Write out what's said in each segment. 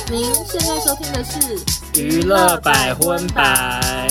您现在收听的是娱乐百分百。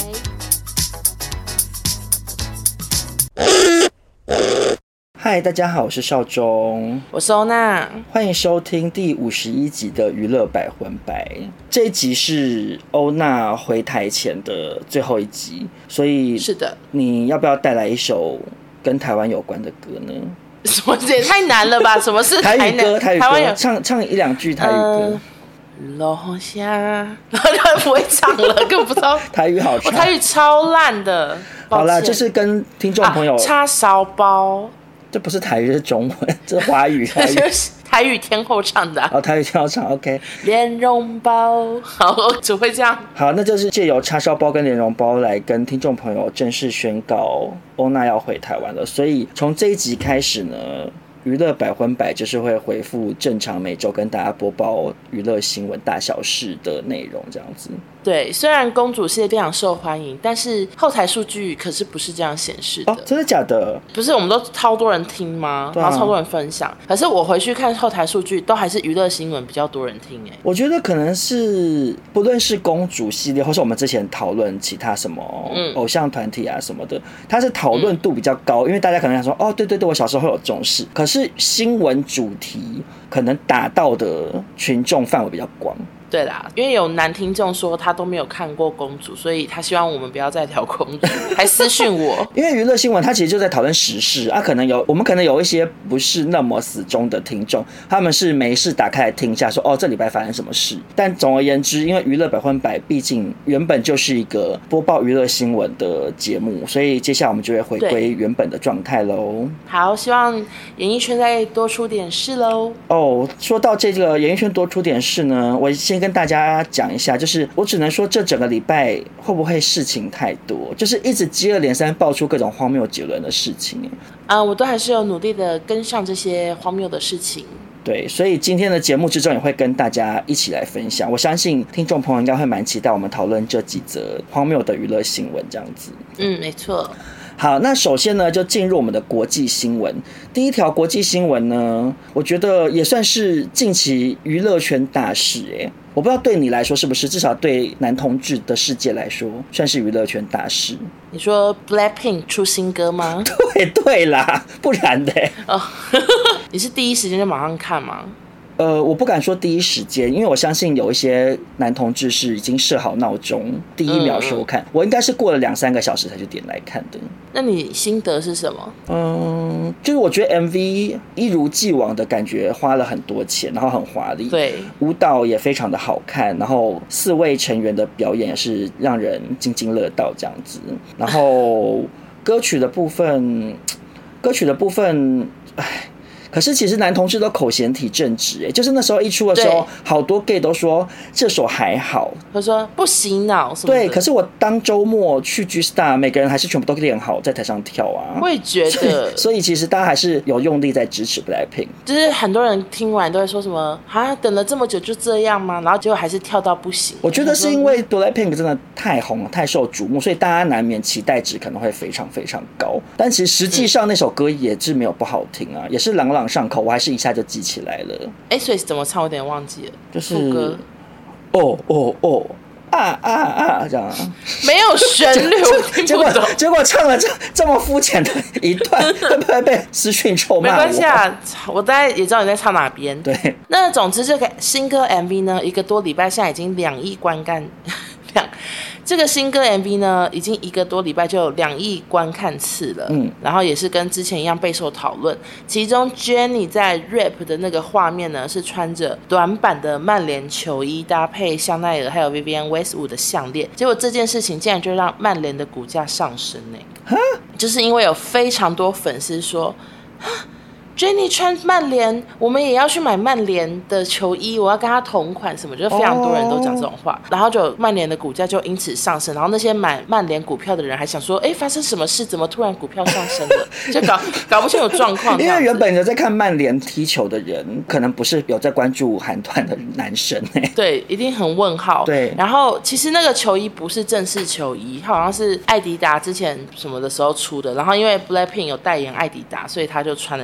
嗨，大家好，我是少中， 我是欧娜， 欢迎收听第51集的娱乐百分百。这一集是欧娜回台前的最后一集，所以是的， 你要不要带来一首跟台湾有关的歌呢？ 什么也太难了吧？什么是台语歌？台语台湾有歌，唱一两句台语歌。 楼下，然后就不会唱了，根本不知道台语好唱， 我台语超烂的。 好啦，就是跟听众朋友叉烧包， 这不是台语，是中文，这是华语。 台语天后唱的、 哦，台语天后唱 ，OK。 莲蓉包，好，我只会这样。 好，那就是借由叉烧包跟莲蓉包来跟听众朋友正式宣告欧娜要回台湾了。所以从这一集开始呢，娱乐百分百就是会恢复正常每周跟大家播报娱乐新闻大小事的内容，这样子。 对，虽然公主系列非常受欢迎，但是后台数据可是不是这样显示的。 哦，真的假的？ 不是我们都超多人听吗？然后超多人分享。可是我回去看后台数据，都还是娱乐新闻比较多人听哎。 我觉得可能是不论是公主系列，或是我们之前讨论其他什么偶像团体啊什么的，它是讨论度比较高，因为大家可能想说，哦，对对对，我小时候会有重视。可是新闻主题可能打到的群众范围比较广。 对啦，因为有男听众说他都没有看过公主，所以他希望我们不要再聊公主，还私讯我。 因为娱乐新闻它其实就在讨论时事啊，我们可能有一些不是那么死忠的听众，他们是没事打开来听一下说，哦，这礼拜发生什么事。但总而言之，因为娱乐百分百毕竟原本就是一个播报娱乐新闻的节目，所以接下来我们就会回归原本的状态喽。 好，希望演艺圈再多出点事喽。 哦，说到这个演艺圈多出点事呢，我先跟大家讲一下，就是我只能说这整个礼拜会不会事情太多，就是一直接二连三爆出各种荒谬绝伦的事情。 我都还是有努力的跟上这些荒谬的事情。 对，所以今天的节目之中也会跟大家一起来分享。我相信听众朋友应该会蛮期待我们讨论这几则荒谬的娱乐新闻，这样子。 没错。 好，那首先呢，就进入我们的国际新闻。第一条国际新闻呢，我觉得也算是近期娱乐圈大事我不知道对你来说是不是，至少对男同志的世界来说，算是娱乐圈大事。 你说 Blackpink 出新歌吗？ 对啦，不然的你是第一时间就马上看吗？ 我不敢说第一时间，因为我相信有一些男同志是已经设好闹钟，第一秒收看。我应该是过了2-3个小时才去点来看的。 那你心得是什么？ 就是我觉得 MV 一如既往的感觉花了很多钱，然后很华丽， 对， 舞蹈也非常的好看，然后4位成员的表演也是让人津津乐道这样子。然后歌曲的部分，可是其实男同志都口嫌体正直就是那时候一出的时候，好多 gay 都说这首还好， 他说不洗脑什么的。 对，可是我当周末去 G Star， 每个人还是全部都练好在台上跳啊。 我也觉得， 所以其实大家还是有用力在支持 Blackpink。 就是很多人听完都会说什么啊，等了这么久就这样吗？然后结果还是跳到不行。 我觉得是因为 Blackpink 真的太红了，太受瞩目，所以大家难免期待值可能会非常非常高。但其实实际上那首歌也是没有不好听啊，也是朗朗上口，我还是一下就记起来了。 所以怎么唱我有点忘记了， 就是副歌这样没有旋律，我听不懂。 结果唱了这么肤浅的一段，会不会被私讯臭骂我？ 没关系啊，我大概也知道你在唱哪边。 对， 那总之这个新歌 MV 呢，1个多礼拜现在已经2亿观看。这个新歌 MV 呢，已经1个多礼拜就有2亿观看次了，然后也是跟之前一样备受讨论。其中 Jennie 在 rap 的那个画面呢，是穿着短版的曼联球衣，搭配香奈儿还有 Vivienne Westwood 的项链。结果这件事情竟然就让曼联的股价上升就是因为有非常多粉丝说Jennie 穿曼联，我们也要去买曼联的球衣，我要跟他同款什么，就是非常多人都讲这种话，然后就曼联的股价就因此上升，然后那些买曼联股票的人还想说，发生什么事？怎么突然股票上升了？就搞不清楚状况。 因为原本有在看曼联踢球的人，可能不是有在关注韩团的男生对，一定很问号。 对， 然后其实那个球衣不是正式球衣，它好像是艾迪达之前什么的时候出的，然后因为 Blackpink 有代言艾迪达，所以他就穿了那一件。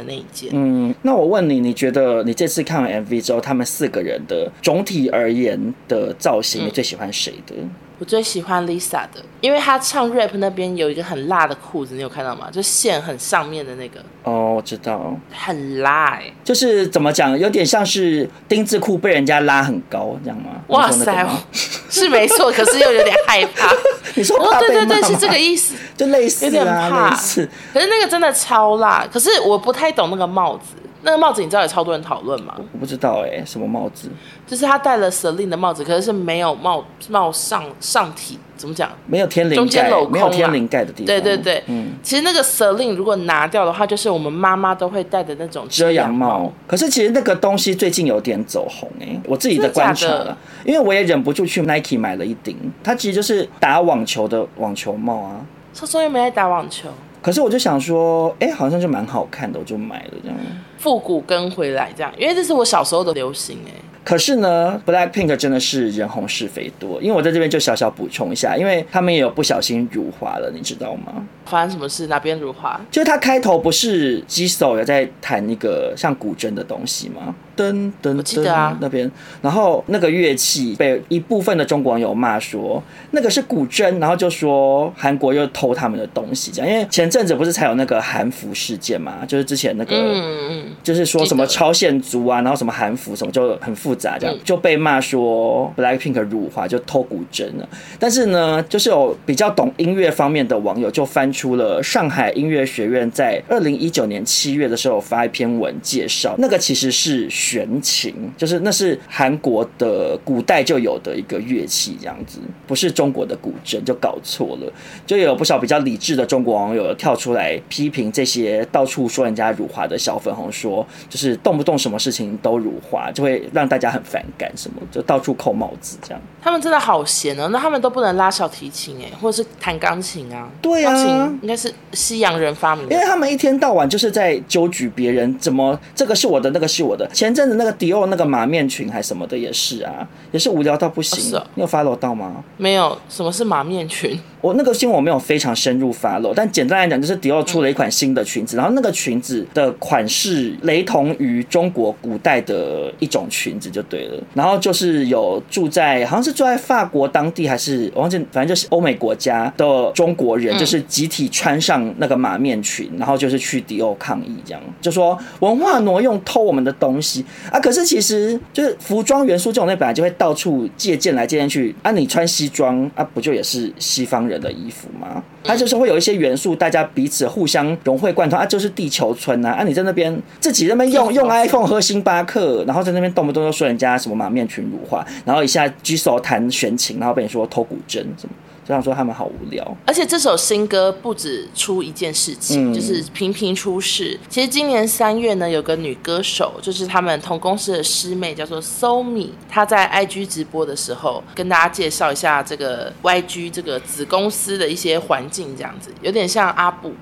间。 那我问你，你觉得你这次看完 MV 之后，他们4个人的总体而言的造型，你最喜欢谁的？ 我最喜欢 Lisa 的，因为她唱 rap 那边有一个很辣的裤子，你有看到吗？就线很上面的那个。 哦，我知道， 很辣就是怎么讲，有点像是丁字裤被人家拉很高这样吗？ 哇塞，是没错，可是又有点害怕。 你说怕被骂吗？ 对，是这个意思， 就类似、啊， 有点怕。 类似。 可是那个真的超辣，可是我不太懂那个帽子。那个帽子你知道有超多人讨论吗？ 我不知道什么帽子？ 就是他戴了 Celine 的帽子，可是没有帽上体，怎么讲？ 没有天灵盖， 中间镂空， 没有天灵盖的地方。 对，其实那个 Celine 如果拿掉的话，就是我们妈妈都会戴的那种遮阳帽。可是其实那个东西最近有点走红我自己的观察了，因为我也忍不住去 Nike 买了一顶，它其实就是打网球的网球帽啊。 说说又没在打网球。 可是我就想说，好像就蛮好看的，我就买了这样。 复古跟回来这样，因为这是我小时候的流行可是呢 ，Blackpink 真的是人红是非多，因为我在这边就小小补充一下，因为他们也有不小心辱华了，你知道吗？ 发生什么事？哪边辱华？ 就是他开头不是 Jisoo 有在弹一个像古筝的东西吗？噔噔噔，我记得啊， 那边，然后那个乐器被一部分的中国网友骂说那个是古筝，然后就说韩国又偷他们的东西，这样，因为前阵子不是才有那个韩服事件嘛，就是之前那个，就是说什么朝鲜族啊，然后什么韩服什么就很复杂，这样就被骂说 Blackpink 辱华就偷古筝了。但是呢，就是有比较懂音乐方面的网友就翻出了上海音乐学院在2019年7月的时候发一篇文介绍，那个其实是弦琴，就是那是韩国的古代就有的一个乐器，这样子不是中国的古筝，就搞错了。就有不少比较理智的中国网友跳出来批评这些到处说人家辱华的小粉红，说就是动不动什么事情都辱华，就会让大家很反感，什么就到处扣帽子这样。 他们真的好闲哦，那他们都不能拉小提琴或者是弹钢琴啊？ 对啊， 钢琴应该是西洋人发明的， 因为他们一天到晚就是在纠举别人，怎么这个是我的，那个是我的。前阵子那个迪奥那个马面裙还什么的也是啊，也是无聊到不行。你有 follow 到吗？ 没有。什么是马面裙？ 我那个新闻我没有非常深入 follow， 但简单来讲就是迪奥出了一款新的裙子，然后那个裙子的款式雷同于中国古代的一种裙子就对了。然后就是有好像是住在法国当地还是我忘记，反正就是欧美国家的中国人，就是集体穿上那个马面裙，然后就是去迪奥抗议，这样就说文化挪用偷我们的东西啊。可是其实就是服装元素这种类本来就会到处借鉴来借鉴去啊，你穿西装啊不就也是西方人的衣服吗？它就是会有一些元素大家彼此互相融会贯通啊，就是地球村啊，你在那边自己在那边用 iPhone 喝星巴克，然后在那边动不动就说人家什么马面裙辱华，然后一下举手弹弦琴，然后被你说偷古筝什么，就想说他们好无聊。 而且这首新歌不止出一件事情，就是频频出事。其实今年3月呢，有个女歌手，就是他们同公司的师妹，叫做 Somi， 她在 IG 直播的时候跟大家介绍一下这个 YG 这个子公司的一些环境，这样子有点像阿布。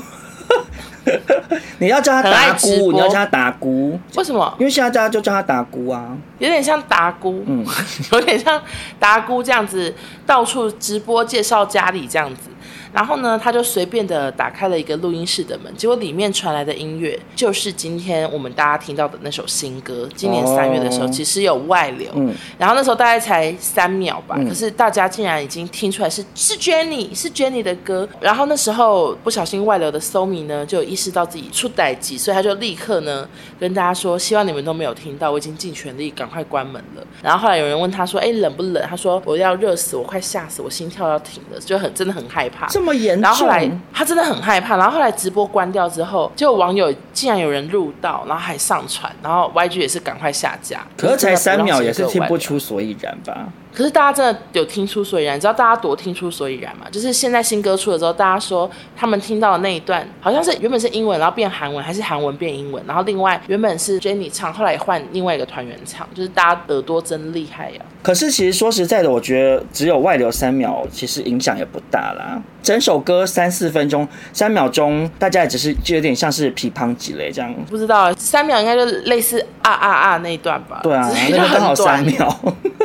你要叫他达姑，你要叫他达姑， 为什么？ 因为现在大家就叫他达姑啊， 有点像达姑，有点像达姑这样子，到处直播介绍家里这样子。然后呢，他就随便的打开了一个录音室的门，结果里面传来的音乐就是今天我们大家听到的那首新歌。今年3月的时候，其实有外流，然后那时候大概才3秒吧，可是大家竟然已经听出来是 Jennie 的歌。然后那时候不小心外流的 Somi 呢，就有意识到自己出代誌，所以他就立刻呢跟大家说，希望你们都没有听到，我已经尽全力赶快关门了。然后后来有人问他说，冷不冷？他说我要热死，我快吓死，我心跳要停了，就真的很害怕。 这么严重？ 然后后来他真的很害怕，然后后来直播关掉之后，就网友竟然有人录到，然后还上传，然后 YG 也是赶快下架。 可是才3秒，也是听不出所以然吧？ 可是大家真的有听出所以然，你知道大家多听出所以然吗？就是现在新歌出了之后，大家说他们听到的那一段好像是原本是英文，然后变韩文，还是韩文变英文，然后另外原本是 Jennie 唱，后来也换另外一个团员唱，就是大家耳朵真厉害呀。 可是其实说实在的，我觉得只有外流3秒，其实影响也不大啦。整首歌3-4分钟，3秒钟大家也只是就有点像是乒乓几类这样。 不知道3秒应该就类似啊那一段吧？ 对啊，那个刚好3秒。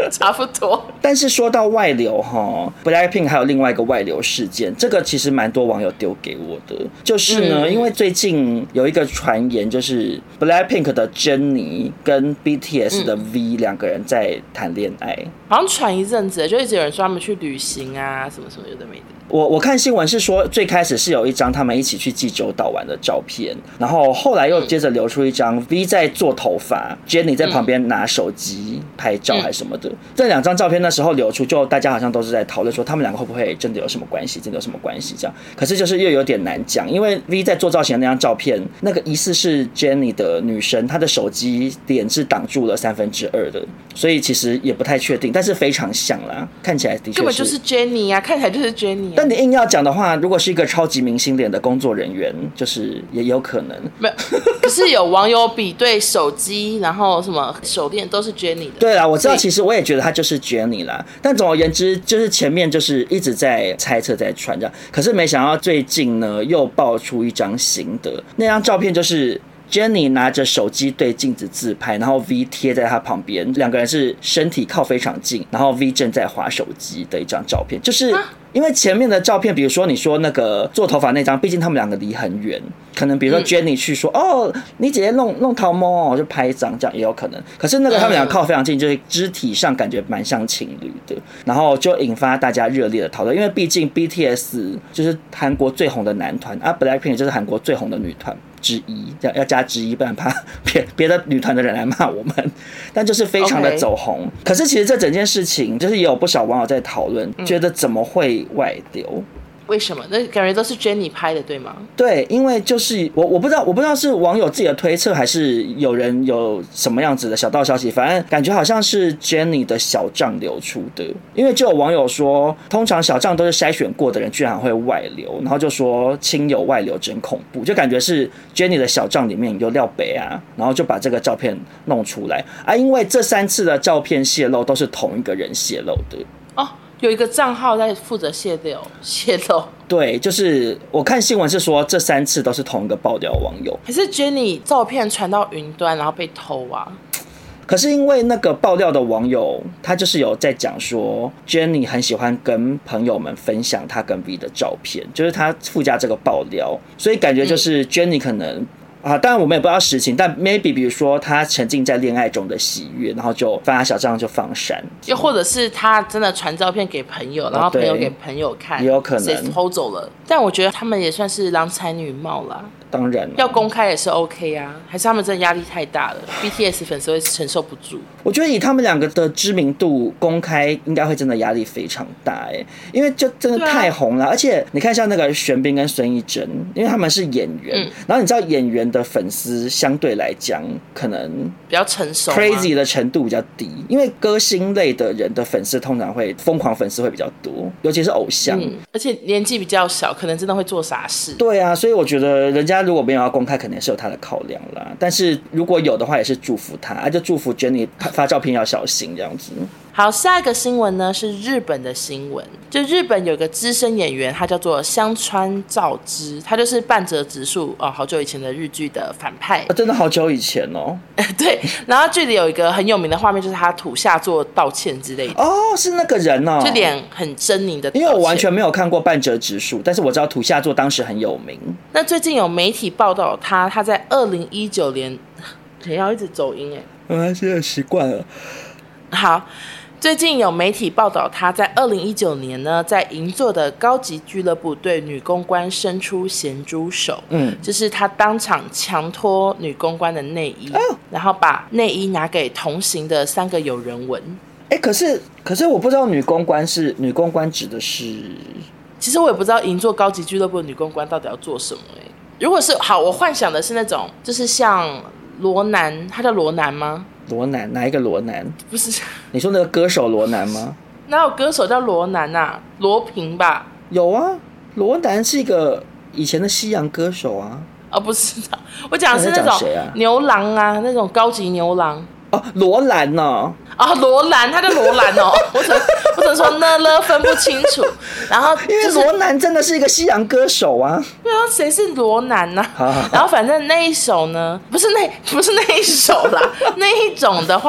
差不多。 但是说到外流哈 ，Blackpink 还有另外一个外流事件，这个其实蛮多网友丢给我的，就是呢，因为最近有一个传言，就是 Blackpink 的 Jennie 跟 BTS 的 V 两个人在谈恋爱， 好像传一阵子，就一直有人说他们去旅行啊，什么什么有的没的。 我看新闻是说，最开始是有一张他们一起去济州岛玩的照片，然后后来又接着流出一张 V 在做头发，Jennie 在旁边拿手机拍照还是什么的。这两张照片那时候流出，就大家好像都是在讨论说他们两个会不会真的有什么关系，真的有什么关系这样。可是就是又有点难讲，因为 V 在做造型的那张照片，那个疑似是 Jennie 的女生，她的手机脸是挡住了2/3的，所以其实也不太确定，但是非常像啦，看起来的确是根本就是 Jennie 啊，看起来就是 Jennie 啊。 但你硬要讲的话，如果是一个超级明星脸的工作人员，就是也有可能。 没有，可是有网友比对手机，然后什么手链都是 Jennie 的。 对啦，我知道，其实我也觉得她就是 Jennie 啦。但总而言之，就是前面就是一直在猜测在传这样，可是没想到最近呢又爆出一张新的，那张照片就是Jennie 拿着手机对镜子自拍，然后 V 贴在她旁边，两个人是身体靠非常近，然后 V 正在滑手机的一张照片，就是因为前面的照片，比如说你说那个做头发那张，毕竟他们两个离很远，可能比如说 Jennie 去说、哦，你姐姐弄头毛哦，就拍一张，这样也有可能。可是那个他们两个靠非常近，就是肢体上感觉蛮像情侣的，然后就引发大家热烈的讨论，因为毕竟 BTS 就是韩国最红的男团，啊 Blackpink 就是韩国最红的女团之一，要加之一，不然怕别的女团的人来骂我们。但就是非常的走红。可是其实这整件事情，就是也有不少网友在讨论，觉得怎么会外流？ 为什么？那感觉都是 Jennie 拍的，对吗？ 对，因为就是我不知道是网友自己的推测，还是有人有什么样子的小道消息，反正感觉好像是 Jennie 的小账流出的。因为就有网友说，通常小账都是筛选过的人，居然会外流，然后就说亲友外流真恐怖，就感觉是 Jennie 的小账里面有料北啊，然后就把这个照片弄出来啊。因为这3次的照片泄露都是同一个人泄露的哦。有一个账号在负责泄露， 对，就是我看新闻是说这3次都是同一个爆料网友。 可是 Jennie 照片传到云端，然后被偷啊。 可是因为那个爆料的网友，他就是有在讲说 ，Jennie 很喜欢跟朋友们分享他跟 V 的照片，就是他附加这个爆料，所以感觉就是 Jennie 可能。当然我们也不知道实情，但 maybe 比如说他沉浸在恋爱中的喜悦，然后就发小账就放闪， 又或者是他真的传照片给朋友，然后朋友给朋友看， 也有可能谁偷走了。但我觉得他们也算是郎才女貌啦。 当然要公开也是 OK 啊，还是他们真的压力太大了 ，BTS 粉丝会承受不住。 我觉得以他们两个的知名度，公开应该会真的压力非常大因为就真的太红了，而且你看像那个玄彬跟孙艺珍，因为他们是演员，然后你知道演员的粉丝相对来讲可能比较成熟 ，crazy 的程度比较低，因为歌星类的人的粉丝通常会疯狂粉丝会比较多，尤其是偶像， 而且年纪比较小，可能真的会做傻事。 对啊，所以我觉得人家如果没有要公开，肯定是有他的考量啦。但是如果有的话，也是祝福他，就祝福 Jennie 发照片要小心这样子。 好，下一个新闻呢是日本的新闻，就日本有个资深演员，他叫做香川照之，他就是半泽直树好久以前的日剧的反派， 真的好久以前哦。 对，然后剧里有一个很有名的画面，就是他土下座道歉之类的。 哦，是那个人哦， 就脸很狰狞的道歉。 因为我完全没有看过半泽直树，但是我知道土下座当时很有名。 那最近有媒体报道他在2019年，也要一直走音现在习惯了。 好。最近有媒体报道，他在2019年呢，在银座的高级俱乐部对女公关伸出咸猪手，就是他当场强脱女公关的内衣，然后把内衣拿给同行的3个友人闻。 可是我不知道女公关指的是， 其实我也不知道银座高级俱乐部的女公关到底要做什么如果是好，我幻想的是那种，就是像罗南，他叫罗南吗？ 罗南哪一个罗南？ 不是， 你说那个歌手罗南吗？ 哪有歌手叫罗南啊？罗平吧？ 有啊，罗南是一个以前的西洋歌手啊。 不是，我讲的是那种牛郎啊，那种高级牛郎。 罗兰哦。 罗兰，他叫罗兰哦，我只能说呢分不清楚。然后、 因为罗南真的是一个西洋歌手啊。 对啊，谁是罗南呢？然后反正那一首呢，不是那一首啦，那一种的话，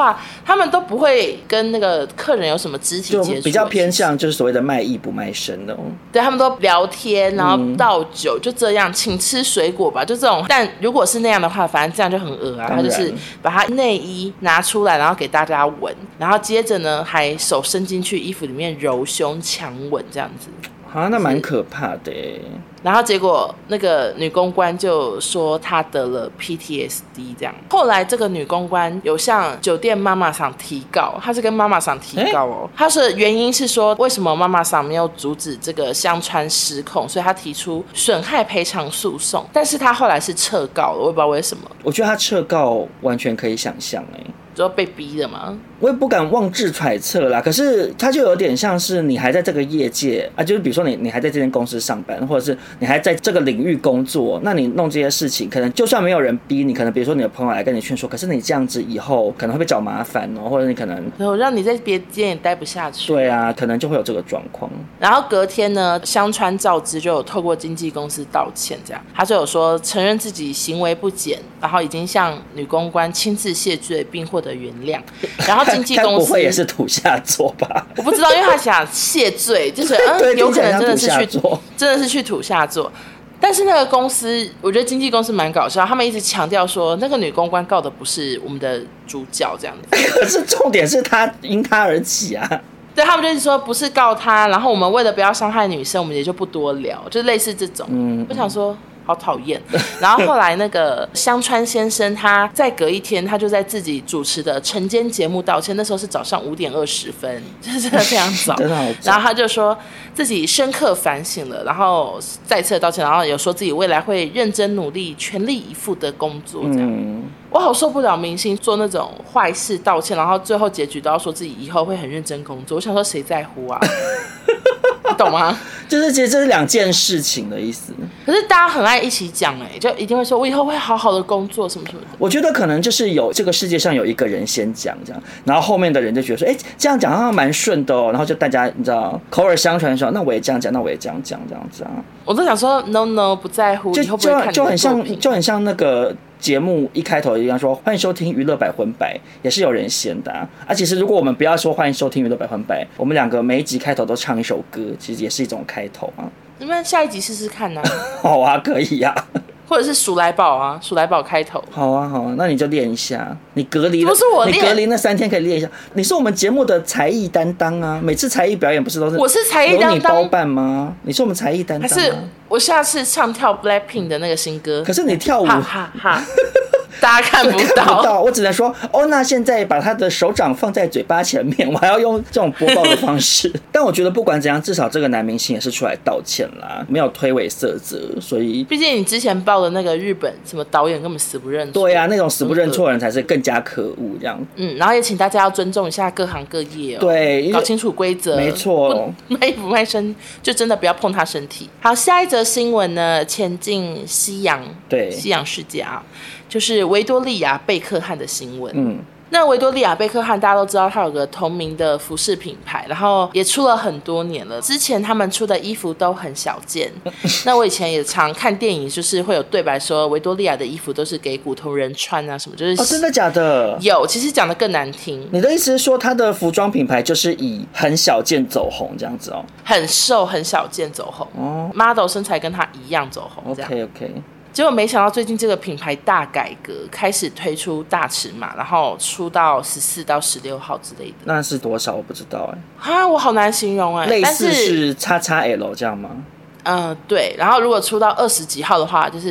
他们都不会跟那个客人有什么肢体接触， 就比较偏向就是所谓的卖艺不卖身的。 对，他们都聊天，然后倒酒，就这样，请吃水果吧，就这种。但如果是那样的话，反正这样就很恶啊。他就是把他内衣拿出来，然后给大家闻，然后接着呢还手伸进去衣服里面揉胸强吻这样子。 啊，那蛮可怕的耶。 然后结果那个女公关就说她得了 PTSD 这样。后来这个女公关有向酒店妈妈桑提告，她是跟妈妈桑提告哦。她的原因是说为什么妈妈桑没有阻止这个香川失控，所以她提出损害赔偿诉讼。但是她后来是撤告了，我也不知道为什么。 我觉得她撤告完全可以想象哎。 就被逼的吗？ 我也不敢妄自揣测啦，可是它就有点像是你还在这个业界啊，就是比如说你还在这间公司上班，或者是你还在这个领域工作，那你弄这些事情，可能就算没有人逼你，可能比如说你的朋友来跟你劝说，可是你这样子以后可能会被找麻烦哦，或者你可能让你在别间也待不下去。 对啊，可能就会有这个状况。 然后隔天呢，香川照之就有透过经纪公司道歉，这样他就有说承认自己行为不检，然后已经向女公关亲自谢罪并获得原谅。然后经纪公司该不会也是土下座吧？ 我不知道，因为他想谢罪，就是有可能真的是去土下座。但是那个公司，我觉得经纪公司蛮搞笑，他们一直强调说那个女公关告的不是我们的主角这样子。 可是重点是他因他而起啊。 对，他们就是说不是告他，然后我们为了不要伤害女生，我们也就不多聊，就类似这种。我想说好讨厌。然后后来那个香川先生，他再隔一天，他就在自己主持的晨间节目道歉，那时候是早上5:20，就是真的非常早。然后他就说自己深刻反省了，然后再次的道歉，然后有说自己未来会认真努力、全力以赴的工作这样。我好受不了明星做那种坏事道歉，然后最后结局都要说自己以后会很认真工作。我想说谁在乎啊？你懂吗？ 就是其实这是2件事情的意思。 可是大家很爱一起讲就一定会说我以后会好好的工作什么什么的。 我觉得可能就是有这个世界上有一个人先讲这样，然后后面的人就觉得说这样讲好像蛮顺的哦，然后就大家你知道口耳相传说那我也这样讲，那我也这样讲这样子啊。 我都想说 no 不在乎，以后不会看你的作品。 就很像那个节目一开头一样说欢迎收听娱乐百分百，也是有人先的啊。其实如果我们不要说欢迎收听娱乐百分百，我们2个每一集开头都唱一首歌，其实也是一种开头啊。 你们下一集试试看啊。 好啊，可以啊。 或者是鼠来宝啊，鼠来宝开头。 好啊，那你就练一下。你隔离不是我练， 你隔离那3天可以练一下。你是我们节目的才艺担当啊，每次才艺表演不是都是我是才艺担当， 由你包办吗？你是我们才艺担当，还是我下次唱跳 Blackpink 的那个新歌？ 可是你跳舞， 哈哈哈。大家看不到， 我只能说欧娜现在把她的手掌放在嘴巴前面，我还要用这种播报的方式。但我觉得不管怎样，至少这个男明星也是出来道歉啦，没有推诿色泽，所以毕竟你之前报的那个日本什么导演根本死不认错。 对啊，那种死不认错的人才是更加可恶这样。 然后也请大家要尊重一下各行各业哦， 对， 搞清楚规则， 没错， 卖衣服卖身就真的不要碰他身体。好，下一则新闻呢，前进西洋世界啊。就是维多利亚贝克汉的新闻。那维多利亚贝克汉大家都知道，他有个同名的服饰品牌，然后也出了很多年了。之前他们出的衣服都很小件。那我以前也常看电影，就是会有对白说维多利亚的衣服都是给骨头人穿啊什么，就是真的假的？ 有，其实讲的更难听。 你的意思是说，他的服装品牌就是以很小件走红这样子哦？ 很瘦很小件走红，model 身材跟他一样走红这样。 OK。 结果没想到最近这个品牌大改革，开始推出大尺码，然后出到14到16号之类的。 那是多少？我不知道我好难形容类似是 XXL 这样吗？ 对。然后如果出到20几号的话，就是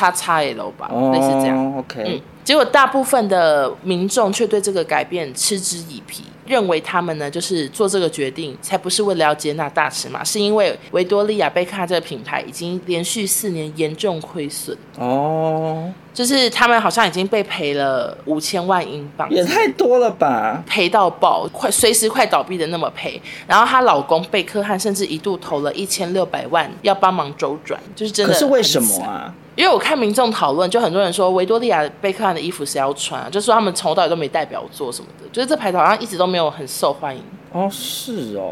XXXL 吧，类似这样。 OK。 结果大部分的民众却对这个改变嗤之以鼻，认为他们呢就是做这个决定才不是为了要接纳大尺码，是因为维多利亚贝克汉这个品牌已经连续4年严重亏损就是他们好像已经被赔了5000万英镑， 也太多了吧， 赔到爆，随时快倒闭的那么赔。然后她老公贝克汉甚至一度投了1600万要帮忙周转，就是真的。 可是为什么啊？ 因为我看民众讨论，就很多人说维多利亚贝克汉的衣服谁要穿就说他们从头到尾都没代表作什么的，就是这牌子好像一直都没有很受欢迎。 是哦。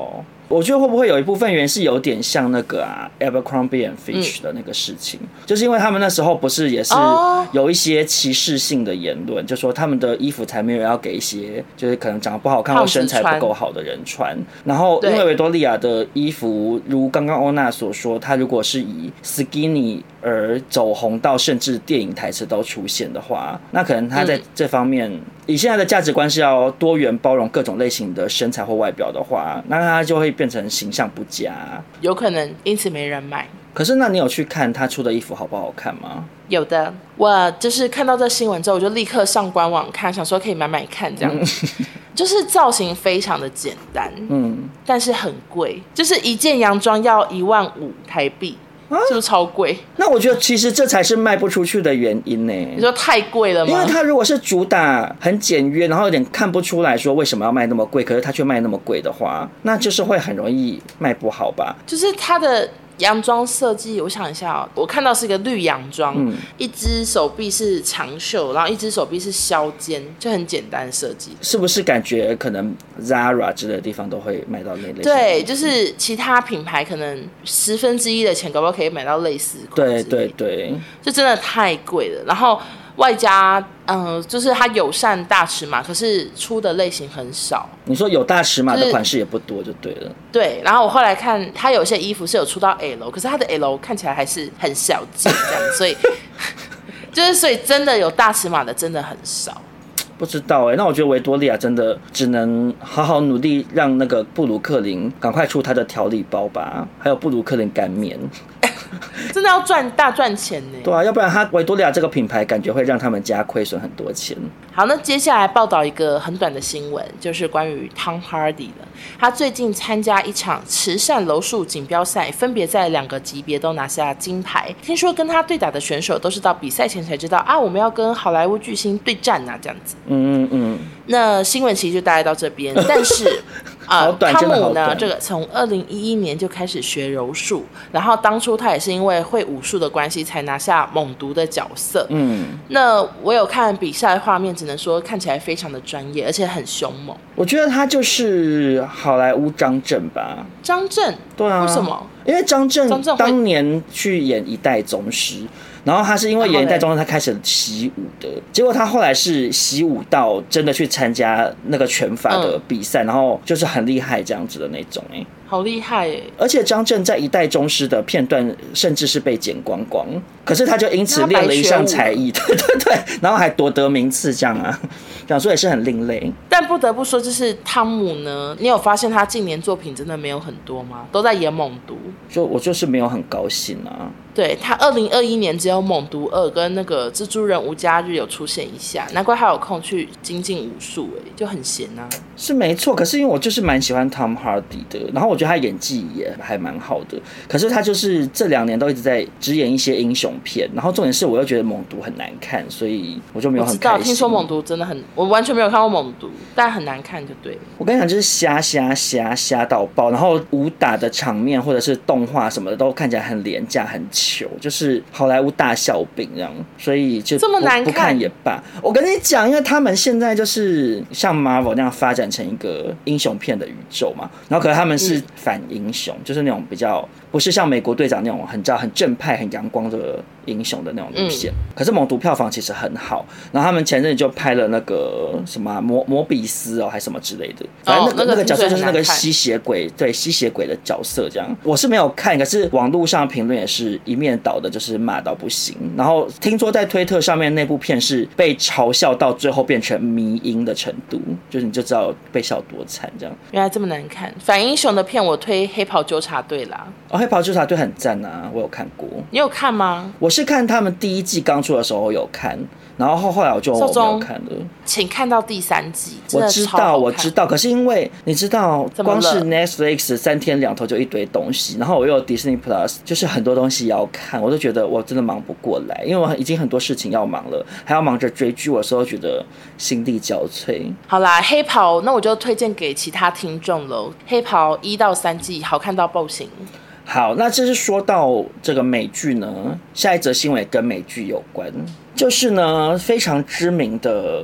我觉得会不会有一部分原因是有点像那个Abercrombie and Fitch 的那个事情，就是因为他们那时候不是也是有一些歧视性的言论，就说他们的衣服才没有要给一些就是可能长得不好看或身材不够好的人穿。然后因为维多利亚的衣服，如刚刚欧娜所说，她如果是以 skinny 而走红到甚至电影台词都出现的话，那可能她在这方面，以现在的价值观是要多元包容各种类型的身材或外表的话，那她就会变成形象不佳， 有可能因此没人买。 可是那你有去看她出的衣服好不好看吗？ 有的，我就是看到这新闻之后，我就立刻上官网看，想说可以买买看这样。就是造型非常的简单，但是很贵，就是一件洋装要15000台币。是不是超贵？ 那我觉得其实这才是卖不出去的原因呢。 你说太贵了吗？ 因为它如果是主打很简约，然后有点看不出来说为什么要卖那么贵，可是它却卖那么贵的话，那就是会很容易卖不好吧？ 就是它的洋装设计，我想一下我看到是一个绿洋装，一只手臂是长袖，然后一只手臂是削肩，就很简单的设计。 是不是感觉可能 Zara 之类的地方都会买到那类型？ 对，就是其他品牌可能1/10的钱，搞不好可以买到类似款。 对对对， 就真的太贵了。然后外加就是它友善大尺码，可是出的类型很少。你说有大尺码的款式也不多就对了。 对，然后我后来看它有些衣服是有出到 L， 可是它的 L 看起来还是很小件这样，所以所以真的有大尺码的真的很少。 不知道那我觉得维多利亚真的只能好好努力，让那个布鲁克林赶快出他的调理包吧，还有布鲁克林干面。 真的要大赚钱呢。 对啊，要不然他维多利亚这个品牌感觉会让他们家亏损很多钱。 好，那接下来报道一个很短的新闻，就是关于 Tom Hardy 的。他最近参加一场慈善柔术锦标赛，分别在2个级别都拿下金牌。听说跟他对打的选手都是到比赛前才知道我们要跟好莱坞巨星对战这样子。那新闻其实就大概到这边，但是汤姆呢，这个从2011年就开始学柔术，然后当初他也是因为会武术的关系才拿下猛毒的角色。那我有看比赛画面，只能说看起来非常的专业，而且很凶猛。 我觉得他就是好莱坞张震吧。 张震？对啊。为什么？ 因为张震当年去演《一代宗师》，然后他是因为演《一代宗师》他开始习武的，结果他后来是习武到真的去参加那个拳法的比赛，然后就是很厉害这样子的那种好厉害耶！ 而且张震在《一代宗师》的片段甚至是被剪光光，可是他就因此练了一项才艺，对对对，然后还夺得名次这样讲说也是很另类。 但不得不说，就是汤姆呢，你有发现他近年作品真的没有很多吗？都在演猛毒。 我就是没有很高兴对，他2021年只有猛毒2跟那个蜘蛛人无家日有出现一下，难怪他有空去精进武术就很闲是没错，可是因为我就是蛮喜欢 Tom Hardy 的，然后我觉得他演技也还蛮好的，可是他就是这2年都一直在只演一些英雄片，然后重点是我又觉得猛毒很难看，所以我就没有很开心。我知道， 听说猛毒真的我完全没有看过猛毒，但很难看就对了。 我跟你讲，就是瞎到爆，然后武打的场面或者是动画什么的都看起来很廉价很糗，就是好莱坞大笑柄这样，所以就这么难看不看也罢。我跟你讲，因为他们现在就是像 Marvel 那样发展成一个英雄片的宇宙嘛，然后可是他们是反英雄，就是那种比较不是像美国队长那种很正派很阳光的英雄的那种路线。可是猛毒票房其实很好，然后他们前阵子就拍了那个什么摩比斯还是什么之类的，反正那个角色就是那个吸血鬼，对，吸血鬼的角色这样。我是没有看，可是网络上评论也是一面倒的，就是骂到不行。然后听说在推特上面那部片是被嘲笑到最后变成迷因的程度，就是你就知道被笑多惨这样。 原来这么难看，反英雄的片我推黑袍纠察队啦。 黑袍纠察队很赞我有看过。 你有看吗？ 我是看他们第1季刚出的时候有看，然后后来我就没有看了。 请看到第3季， 我知道，可是因为你知道，光是 Netflix 3天2头就一堆东西，然后我又有 Disney Plus， 就是很多东西要看，我就觉得我真的忙不过来，因为我已经很多事情要忙了，还要忙着追剧，我有时候觉得心力交瘁。 好啦，黑袍那我就推荐给其他听众喽。黑袍1到3季好看到爆行。 好，那这是说到这个美剧呢，下一则新闻也跟美剧有关，就是呢非常知名的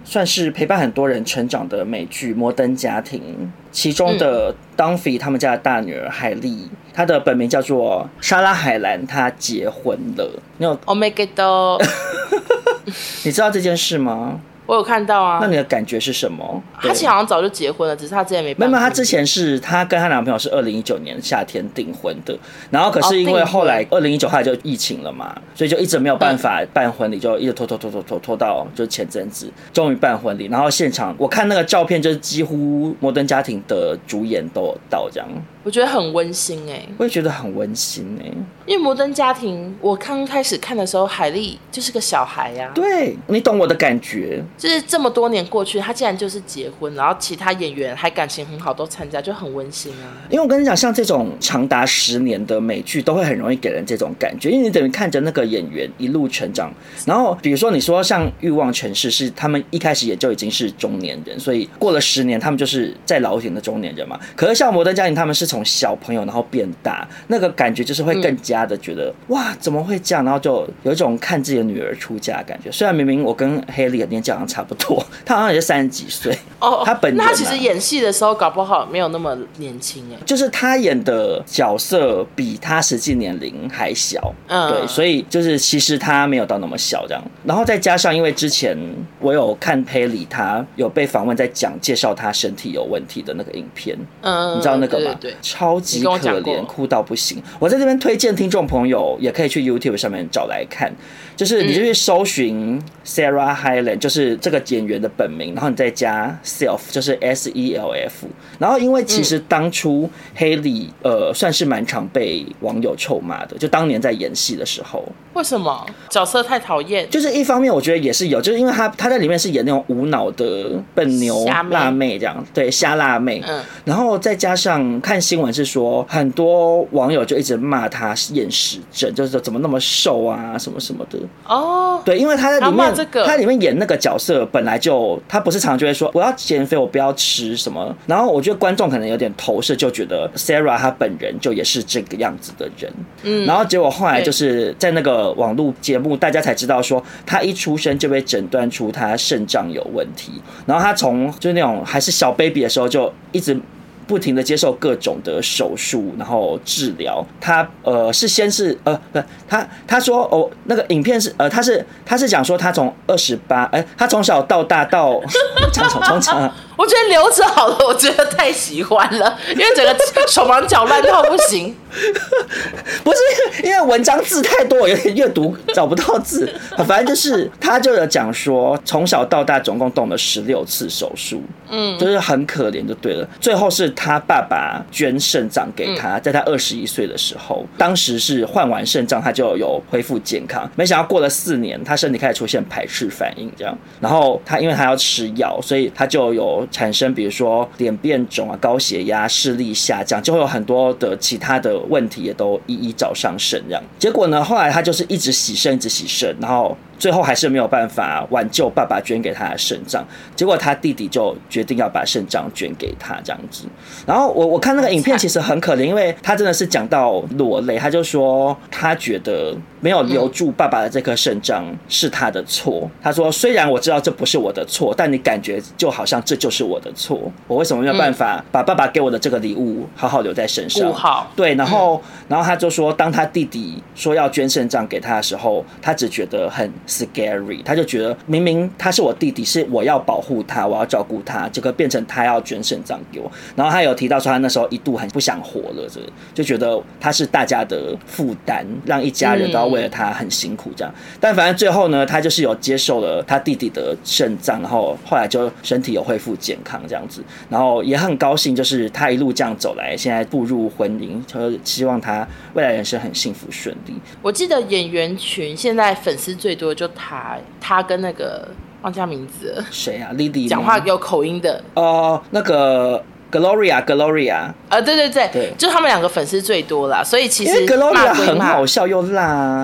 算是陪伴很多人成长的美剧《摩登家庭》，其中的 Dunphy 他们家的大女儿海莉，她的本名叫做莎拉海兰，她结婚了。你有 Oh my god 你知道这件事吗？ 我有看到啊。 那你的感觉是什么？ 她其实好像早就结婚了，只是她之前没办。 没有，她之前是她跟她男朋友是2019年夏天订婚的，然后可是因为后来2019后来就疫情了嘛，所以就一直没有办法办婚礼，就一直拖到就前阵子终于办婚礼，然后现场我看那个照片，就是几乎摩登家庭的主演都有到这样。 我觉得很温馨我也觉得很温馨因为摩登家庭我刚开始看的时候，海莉就是个小孩呀。 对，你懂我的感觉， 就是这么多年过去，他竟然就是结婚，然后其他演员还感情很好都参加，就很温馨啊。 因为我跟你讲，像这种长达10年的美剧都会很容易给人这种感觉，因为你等于看着那个演员一路成长，然后比如说你说像欲望城市是他们一开始也就已经是中年人，所以过了10年他们就是再老一点的中年人嘛。可是像摩登家庭他们是从小朋友然后变大，那个感觉就是会更加的觉得、哇怎么会这样，然后就有一种看自己的女儿出嫁的感觉。虽然明明我跟黑莉的年纪好像差不多，他好像也是30几岁他本人那他其实演戏的时候搞不好没有那么年轻就是他演的角色比他实际年龄还小对，所以就是其实他没有到那么小这样。然后再加上因为之前我有看黑莉他有被访问在介绍他身体有问题的那个影片你知道那个吗？ 对， 超级可怜，哭到不行。我在这边推荐听众朋友也可以去 YouTube 上面找来看，就是你就去搜寻 Sarah Hyland 就是这个演员的本名，然后你再加 self 就是 SELF。 然后因为其实当初黑莉算是蛮常被网友臭骂的，就当年在演戏的时候。 为什么？角色太讨厌？ 就是一方面我觉得也是有，就是因为他在里面是演那种无脑的笨牛辣妹这样，对，瞎辣妹然后再加上看新闻是说很多网友就一直骂他厌食症，就是说怎么那么瘦啊什么什么的对，因为他在里面他里面演那个角色本来就他不是常常就会说我要减肥我不要吃什么，然后我觉得观众可能有点投射，就觉得 Sarah 她本人就也是这个样子的人然后结果后来就是在那个网络节目大家才知道说他一出生就被诊断出他肾脏有问题，然后他从就是那种还是小 baby 的时候就一直不停的接受各种的手术，然后治疗。他是先是他说那个影片是他是讲说他从28他从小到大到从我觉得留着好了，我觉得太喜欢了，因为整个手忙脚乱到不行。 不是因为文章字太多，我有点阅读找不到字。反正就是他就有讲说，从小到大总共动了16次手术，就是很可怜就对了。最后是他爸爸捐肾脏给他，在他21岁的时候，当时是换完肾脏他就有恢复健康，没想到过了4年，他身体开始出现排斥反应这样。然后因为他要吃药，所以他就有产生比如说脸变肿啊、高血压、视力下降，就会有很多的其他的问题也都一一找上肾这样。结果呢，后来他就是一直洗肾，然后最后还是没有办法挽救爸爸捐给他的肾脏，结果他弟弟就决定要把肾脏捐给他这样子。然后我看那个影片其实很可怜，因为他真的是讲到落泪，他就说他觉得没有留住爸爸的这颗肾脏是他的错。他说虽然我知道这不是我的错，但你感觉就好像这就是我的错，我为什么没有办法把爸爸给我的这个礼物好好留在身上？对，然后他就说当他弟弟说要捐肾脏给他的时候，他只觉得很scary， 他就觉得明明他是我弟弟，是我要保护他，我要照顾他，结果变成他要捐肾脏给我。然后他有提到说他那时候一度很不想活了，就觉得他是大家的负担，让一家人都要为了他很辛苦这样。但反正最后呢，他就是有接受了他弟弟的肾脏，然后后来就身体有恢复健康这样子，然后也很高兴，就是他一路这样走来，现在步入婚姻，就希望他未来人生很幸福顺利。 我记得演员群现在粉丝最多就他跟那个忘记他名字了， 谁啊 ？Lily 讲话有口音的那个 Gloria 对，就他们2个粉丝最多啦，所以其实因为 Gloria 很好笑又辣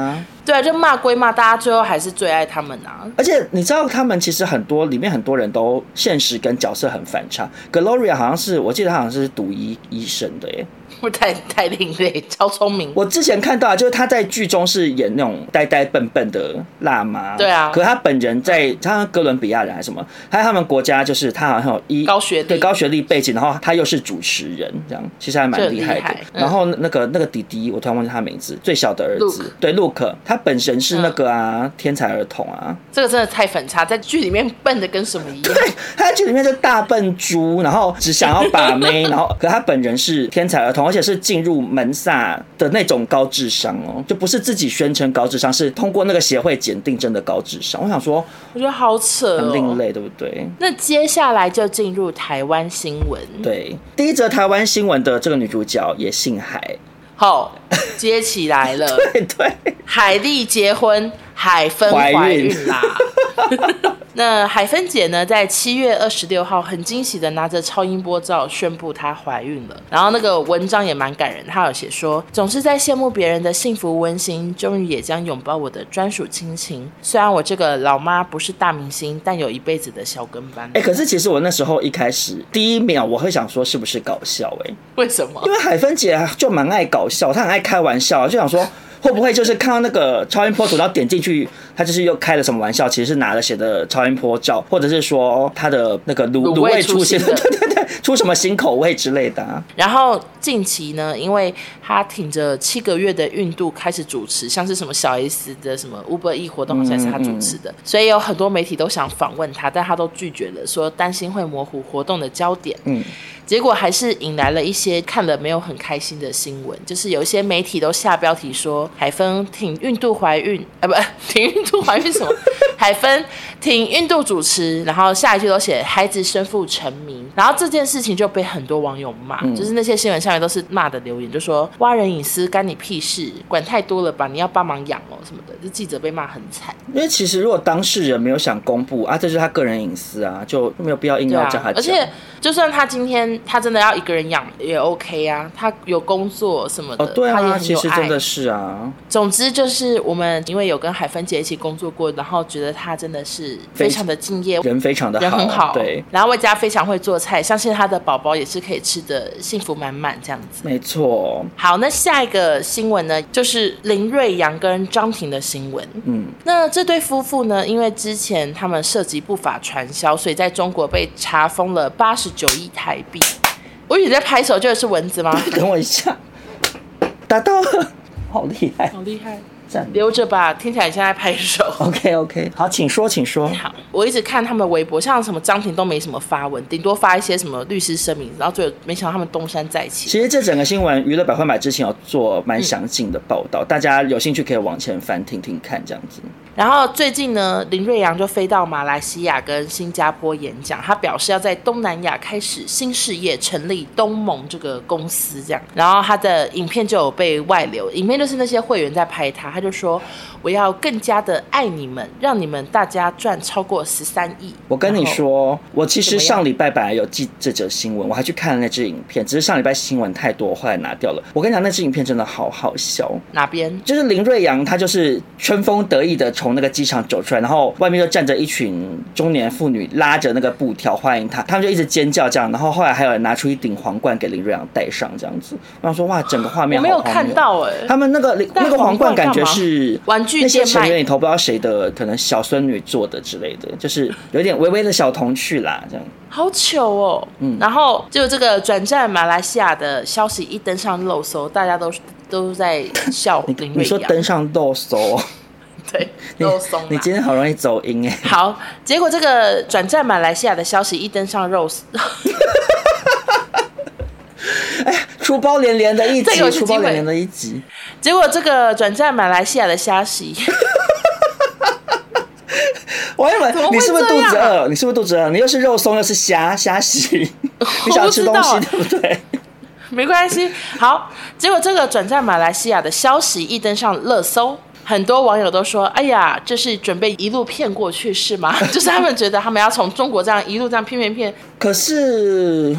对啊，就骂归骂，大家最后还是最爱他们啊。 而且你知道，他们其实里面很多人都现实跟角色很反差。Gloria 好像是，我记得他好像是读医生的耶。 太另类，超聪明。 我之前看到就是他在剧中是演那种呆呆笨笨的辣妈， 对啊。 可是他本人他哥伦比亚人还是什么，他们国家就是他好像有高学历， 对高学历背景，然后他又是主持人，这样其实还蛮厉害的。然后那个弟弟，我突然忘记他名字，最小的儿子，对 Luke， 他本身是那个天才儿童啊。 这个真的太反差，在剧里面笨的跟什么一样。 对，他在剧里面就大笨猪，然后只想要把妹，然后可他本人是天才儿童，而且是进入门萨的那种高智商哦，就不是自己宣称高智商，是通过那个协会检定真的高智商。我想说， 我觉得好扯很另类，对不对？ 那接下来就进入台湾新闻。 对，第一则台湾新闻的这个女主角也姓海。 好，接起来了。 对， 海莉结婚，海芬怀孕啦。那海芬姐呢，在7月26号很惊喜的拿着超音波照宣布她怀孕了。然后那个文章也蛮感人，她有写说，总是在羡慕别人的幸福温馨，终于也将拥抱我的专属亲情。虽然我这个老妈不是大明星，但有一辈子的小跟班。 可是其实我那时候一开始第一秒我会想说是不是搞笑为什么？ 因为海芬姐就蛮爱搞笑，她很爱开玩笑，就想说会不会就是看到那个超音波图，然后点进去，他就是又开了什么玩笑？其实是拿了写的超音波照，或者是说他的那个卤味出现的，对，出什么新口味之类的啊。 然后近期呢，因为他挺着7个月的孕肚开始主持，像是什么小 S 的什么 Uber E 活动好像是他主持的，所以有很多媒体都想访问他，但他都拒绝了，说担心会模糊活动的焦点。结果还是引来了一些看了没有很开心的新闻，就是有一些媒体都下标题说海芬挺孕肚怀孕，挺孕肚怀孕什么？海芬挺孕肚主持，然后下一句都写孩子生父成名，然后这件事情就被很多网友骂，就是那些新闻下面都是骂的留言，就说挖人隐私干你屁事，管太多了吧，你要帮忙养哦什么的，就记者被骂很惨。 因为其实如果当事人没有想公布啊，这就是他个人隐私啊，就没有必要硬要叫他讲。 而且就算他今天他真的要一个人养也 OK 啊，他有工作什么的， 对啊， 他也很有爱， 其实真的是啊。 总之就是我们因为有跟海芬姐一起工作过，然后觉得她真的是非常的敬业， 人非常的好， 人很好， 对， 然后外加非常会做菜，相信她的宝宝也是可以吃的幸福满满这样子。 没错。 好，那下一个新闻呢，就是林瑞阳跟张庭的新闻。那这对夫妇呢，因为之前他们涉及不法传销，所以在中国被查封了89亿台币。我以为在拍手，就是蚊子吗？ 等我一下，打到了，好厉害， 好厉害。留着吧，听起来现在拍手。 OK， 好，请说。 好，我一直看他们微博，像什么张庭都没什么发文，顶多发一些什么律师声明，然后最后没想到他们东山再起。 其实这整个新闻，娱乐百分百之前有做蛮详尽的报道，大家有兴趣可以往前翻听听看，这样子。 然后最近呢，林瑞阳就飞到马来西亚跟新加坡演讲，他表示要在东南亚开始新事业，成立东盟这个公司这样。然后他的影片就有被外流，影片就是那些会员在拍他就说我要更加的爱你们，让你们大家赚超过13亿。 我跟你说，我其实上礼拜本来有记这则新闻，我还去看了那支影片，只是上礼拜新闻太多，后来拿掉了。我跟你讲，那支影片真的好好笑。 哪边？ 就是林瑞阳，他就是春风得意的从那个机场走出来，然后外面就站着一群中年妇女，拉着那个布条欢迎他，他们就一直尖叫这样，然后后来还有人拿出一顶皇冠给林瑞阳戴上这样子。我想说，哇，整个画面好荒谬。 我没有看到他们那个皇冠感觉是玩具那些成员里头不知道谁的，可能小孙女做的之类的，就是有点微微的小童趣啦，这样。 好糗哦。然后就这个转战马来西亚的消息一登上热搜，大家都在笑林瑞阳。 你说登上热搜？ 对，肉松。 你今天好容易走音哎。 好，结果这个转战马来西亚的消息一登上肉搜。 出包连连的一集，出包连连的一集。 结果这个转战马来西亚的消息， 我以为你是不是肚子饿？你是不是肚子饿？你又是肉松又是虾洗，你想吃东西对不对？ 没关系。好，结果这个转战马来西亚的消息一登上热搜，很多网友都说：“哎呀，这是准备一路骗过去是吗？”就是他们觉得他们要从中国这样一路这样骗。 可是。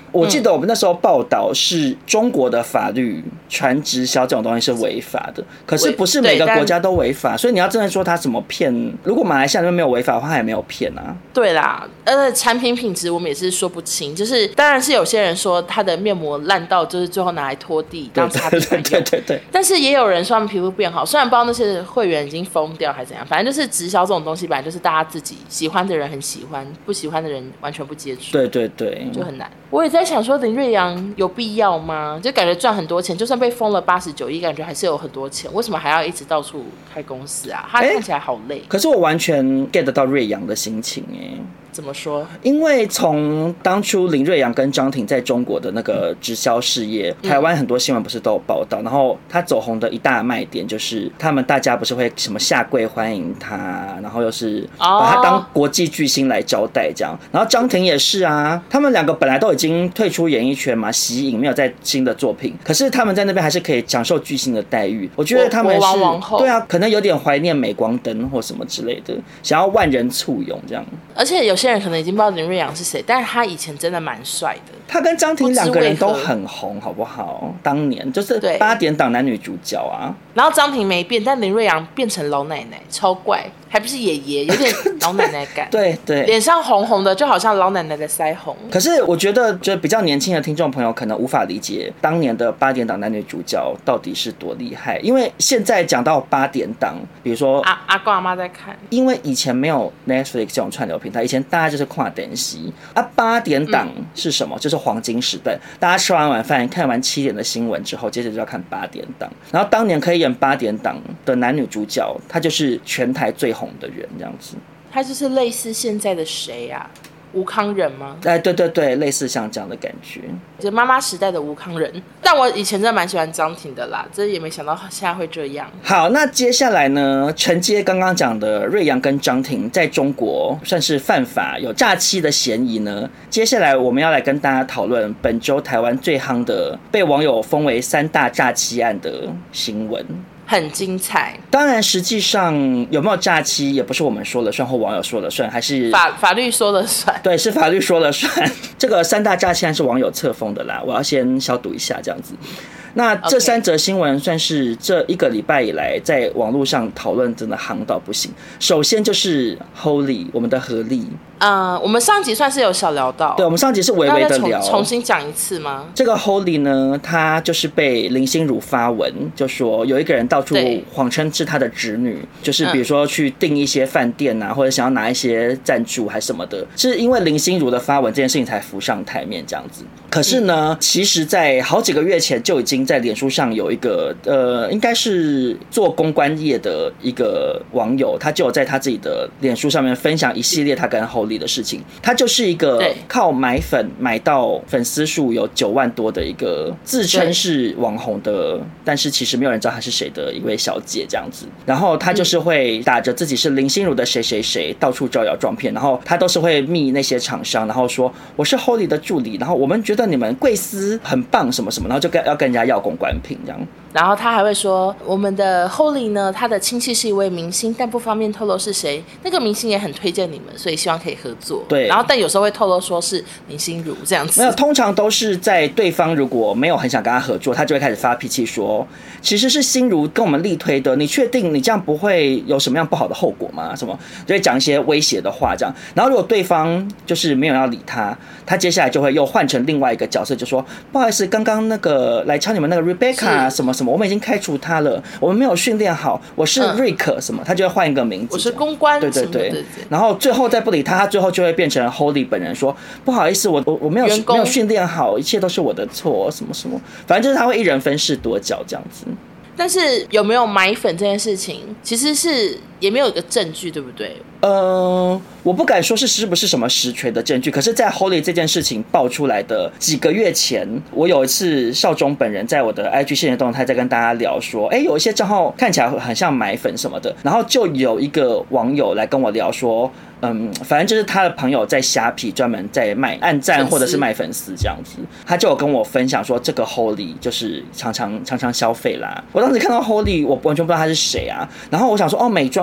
我记得我们那时候报道是中国的法律传直销这种东西是违法的，可是不是每个国家都违法，所以你要真的说他怎么骗，如果马来西亚那边没有违法的话，他也没有骗啊。 对啦，产品品质我们也是说不清，就是当然是有些人说他的面膜烂到就是最后拿来拖地当擦地板用，对，但是也有人说他们皮肤变好，虽然不知道那些会员已经疯掉还是怎样，反正就是直销这种东西本来就是大家自己喜欢的人很喜欢，不喜欢的人完全不接触，对，就很难。我也在想说林瑞阳有必要吗？就感觉赚很多钱，就算被封了89亿，感觉还是有很多钱，为什么还要一直到处开公司啊？他看起来好累。 可是我完全 get 到瑞阳的心情怎么说？ 因为从当初林瑞阳跟张庭在中国的那个直销事业，台湾很多新闻不是都有报道，然后他走红的一大卖点就是他们大家不是会什么下跪欢迎他，然后又是把他当国际巨星来招待这样，然后张庭也是啊，他们两个本来都已经退出演艺圈嘛，息影没有在新的作品，可是他们在那边还是可以享受巨星的待遇，我觉得他们是对啊，可能有点怀念镁光灯或什么之类的，想要万人簇拥这样。 而且有些人可能已经不知道林瑞阳是谁，但是他以前真的蛮帅的。 他跟张庭两个人都很红，好不好？当年就是8点档男女主角啊。 然后张庭没变，但林瑞阳变成老奶奶，超怪，还不是爷爷，有点老奶奶感。 对， 脸上红红的，就好像老奶奶的腮红。 可是我觉得，就比较年轻的听众朋友可能无法理解当年的8点档男女主角到底是多厉害，因为现在讲到8点档，比如说阿公阿妈在看，因为以前没有 Netflix 这种串流平台，以前大家就是看电视啊。8点档是什么？就是黄金时段，大家吃完晚饭，看完7点的新闻之后，接着就要看8点档。然后当年可以演8点档的男女主角，他就是全台最红的人，这样子。 他就是类似现在的谁啊？吴康仁吗？ 对，类似像这样的感觉， 就妈妈时代的吴康仁。但我以前真的蛮喜欢张庭的啦，这也没想到现在会这样。 好，那接下来呢，承接刚刚讲的瑞阳跟张庭在中国算是犯法有诈欺的嫌疑呢，接下来我们要来跟大家讨论本周台湾最夯的被网友封为3大诈欺案的新闻。 很精彩， 当然实际上有没有诈欺也不是我们说了算或网友说了算，还是法律说了算。 对，是法律说了算。这个3大诈欺案是网友册封的啦，我要先消毒一下这样子。那这3则新闻算是这1个礼拜以来在网络上讨论真的夯到不行。首先就是 Holy 我们的合力， 我们上集算是有小聊到， 对，我们上集是微微的聊， 重新讲一次吗？ 这个 Holy 呢，他就是被林心如发文，就说有一个人到处谎称是他的侄女，就是比如说去订一些饭店啊，或者想要拿一些赞助还什么的，是因为林心如的发文这件事情才浮上台面这样子。可是呢，其实在好几个月前就已经在脸书上有一个应该是做公关业的一个网友，他就有在他自己的脸书上面分享一系列他跟 Holy 的事情。他就是一个靠买粉买到粉丝数有9万多的一个自称是网红的，但是其实没有人知道他是谁的一位小姐这样子。然后他就是会打着自己是林心如的谁谁谁到处招摇撞骗，然后他都是会密那些厂商，然后说我是 Holy 的助理，然后我们觉得你们贵司很棒什么什么，然后就要跟人家要公关品这样。 然后他还会说我们的 Holy 呢，他的亲戚是一位明星，但不方便透露是谁，那个明星也很推荐你们，所以希望可以合作。 对， 然后但有时候会透露说是林心如这样子。 没有，通常都是在对方如果没有很想跟他合作，他就会开始发脾气说其实是心如跟我们力推的，你确定你这样不会有什么样不好的后果吗？什么就会讲一些威胁的话这样。然后如果对方就是没有要理他，他接下来就会又换成另外一个角色，就说不好意思，刚刚那个来敲你们那个 Rebecca 什么什么，我们已经开除他了，我们没有训练好，我是 Rick 什么，他就会换一个名字， 我是公关， 对，然后最后再不理他，他最后就会变成 Holy 本人说不好意思，我没有训练好，一切都是我的错，什么什么，反正就是他会一人分饰多角这样子。 但是有没有买粉这件事情，其实是也没有一个证据，对不对？ 我不敢说是不是什么实锤的证据，可是在 Holy 这件事情爆出来的几个月前，我有一次少中本人在我的 IG 现实动态在跟大家聊说有一些账号看起来很像买粉什么的，然后就有一个网友来跟我聊说反正就是他的朋友在虾皮专门在卖按赞或者是卖粉丝这样子，他就有跟我分享说这个 Holy 就是常常消费啦。我当时看到 Holy 我完全不知道他是谁啊，然后我想说美妆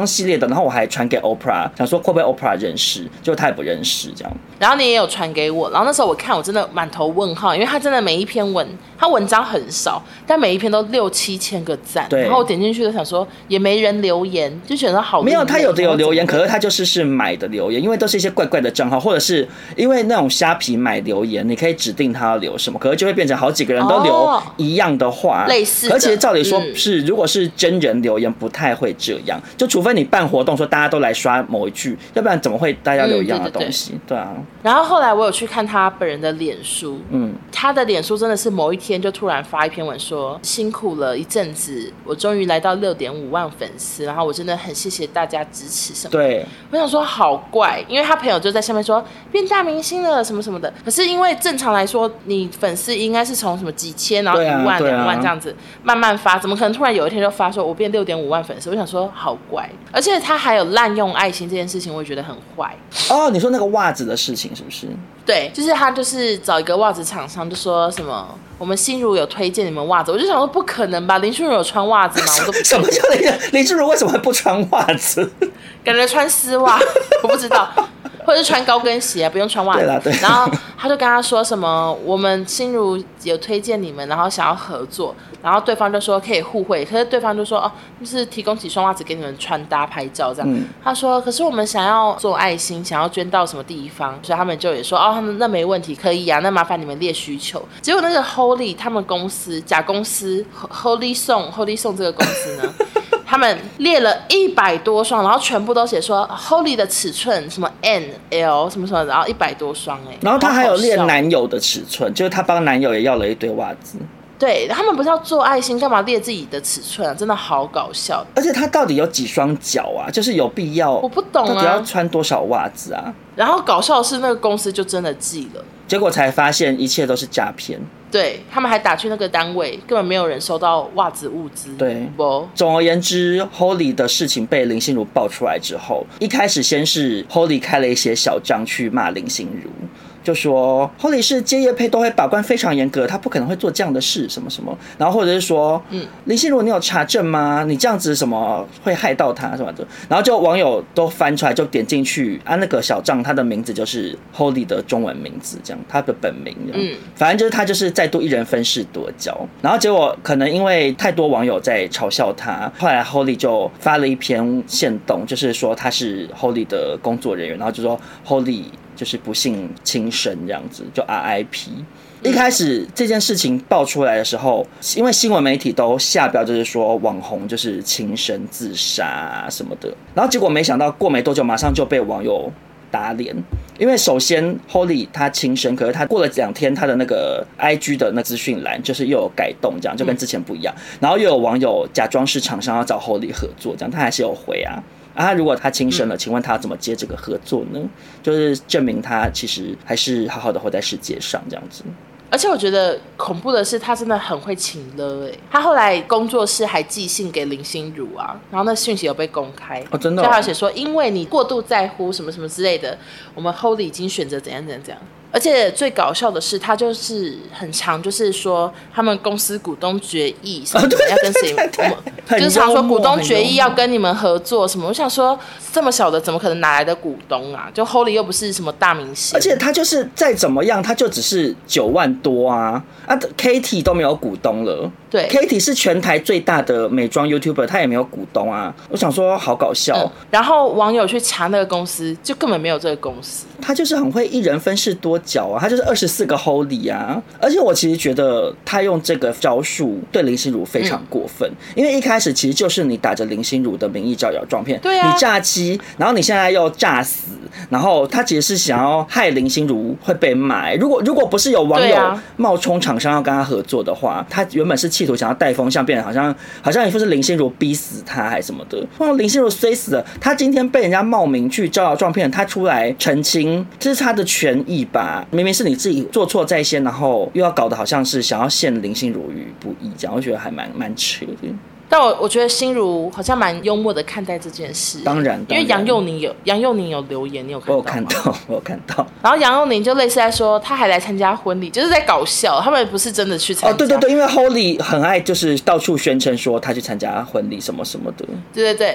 系列的，然后我还传给 Oprah， 想说会不会 Oprah 认识，结果他也不认识这样。 然后你也有传给我，然后那时候我看我真的满头问号，因为他真的每一篇他文章很少，但每一篇都6-7千个赞。然后我点进去就想说也没人留言，就觉得好没有，他有留言，可是他就是买的留言，因为都是一些怪怪的账号，或者是因为那种虾皮买留言，你可以指定他要留什么，可是就会变成好几个人都留一样的话， 类似的。 而且照理说是，如果是真人留言不太会这样，就除非你办活动说大家都来刷某一句，要不然怎么会大家留一样的东西？对啊。 然后后来我有去看他本人的脸书，他的脸书真的是某一天就突然发一篇文说辛苦了一阵子，我终于来到6.5万粉丝，然后我真的很谢谢大家支持什么。 对， 我想说好怪，因为他朋友就在下面说变大明星了什么什么的，可是因为正常来说你粉丝应该是从什么几千然后1万2万这样子慢慢发，怎么可能突然有一天就发说我变6.5万粉丝？我想说好怪，而且他还有滥用爱心这件事情，我也觉得很坏。 哦，你说那个袜子的事情是不是？ 对，就是他就是找一个袜子厂商，就说什么我们心如有推荐你们袜子，我就想说不可能吧，林心如有穿袜子吗？我都不什么叫林心如为什么会不穿袜子？ 感觉穿丝袜，我不知道。或者是穿高跟鞋不用穿袜子。然后他就跟他说什么我们心如有推荐你们，然后想要合作，然后对方就说可以互惠，可是对方就说就是提供几双袜子给你们穿搭拍照这样。他说可是我们想要做爱心，想要捐到什么地方，所以他们就也说他们那没问题，可以啊，那麻烦你们列需求。结果那个 Holy 他们公司假公司 Holy Song 这个公司呢他们列了100多双，然后全部都写说 Holy 的尺寸什么 N、L 什么什么，然后100多双然后他还有列男友的尺寸，就是他帮男友也要了一堆袜子。 对，他们不是要做爱心，干嘛列自己的尺寸啊？真的好搞笑。 而且他到底有几双脚啊？就是有必要？ 我不懂啊， 到底要穿多少袜子啊？ 然后搞笑的是，那个公司就真的寄了， 结果才发现一切都是诈骗。 对，他们还打去那个单位，根本没有人收到袜子物资。 对，总而言之 ，Holy 的事情被林心如爆出来之后，一开始先是 Holy 开了一些小账去骂林心如。就说 Holy 是接业配都会把关非常严格，他不可能会做这样的事什么什么，然后或者是说林心如你有查证吗？你这样子什么会害到他什么的，然后就网友都翻出来就点进去那个小账他的名字就是 Holy 的中文名字这样，他的本名这样。反正就是他就是再度一人分饰多角，然后结果可能因为太多网友在嘲笑他，后来 Holy 就发了一篇限动，就是说他是 Holy 的工作人员，然后就说 Holy就是不幸轻生这样子，就 RIP。一开始这件事情爆出来的时候，因为新闻媒体都下标就是说网红就是轻生自杀什么的，然后结果没想到过没多久马上就被网友打脸。因为首先 Holy 他轻生，可是他过了2天他的那个 IG 的那资讯栏就是又有改动，这样就跟之前不一样，然后又有网友假装是厂商要找 Holy 合作，这样他还是有回啊。他如果他轻生了，请问他要怎么接这个合作呢？就是证明他其实还是好好的活在世界上这样子。 而且我觉得恐怖的是，他真的很会请了他后来工作室还寄信给林心如啊，然后那讯息有被公开真的就还有写说，因为你过度在乎什么什么之类的，我们 Holy 已经选择怎样怎样怎样。而且最搞笑的是，他就是很常就是说他们公司股东决议什么要跟谁，就是常说股东决议要跟你们合作什么。我想说这么小的怎么可能哪来的股东啊？就 Holy 又不是什么大明星， 而且他就是再怎么样，他就只是9万多啊！Katy 都没有股东了。 对 ，Katy 是全台最大的美妆 YouTuber， 他也没有股东啊。我想说好搞笑。 然后网友去查那个公司，就根本没有这个公司。 他就是很会一人分饰多角啊，他就是24个 Holy 啊。而且我其实觉得他用这个招数对林心如非常过分，因为一开始其实就是你打着林心如的名义招摇撞骗， 对啊， 你诈欺，然后你现在又诈死，然后他其实是想要害林心如会被骂。如果不是有网友冒充厂商要跟他合作的话，他原本是企图想要带风向，变得好像一副是林心如逼死他还什么的。林心如虽死了，他今天被人家冒名去招摇撞骗，他出来澄清，这是他的权益吧？明明是你自己做错在先，然后又要搞得好像是想要陷林心如于不义，这样我觉得还蛮扯的。 但我觉得心如好像蛮幽默的看待这件事。 当然因为杨佑宁有留言，你有看到吗？ 我有看到。 然后杨佑宁就类似在说，他还来参加婚礼，就是在搞笑，他们不是真的去参加。 对，因为 Holy 很爱就是到处宣称说他去参加婚礼什么什么的。 对。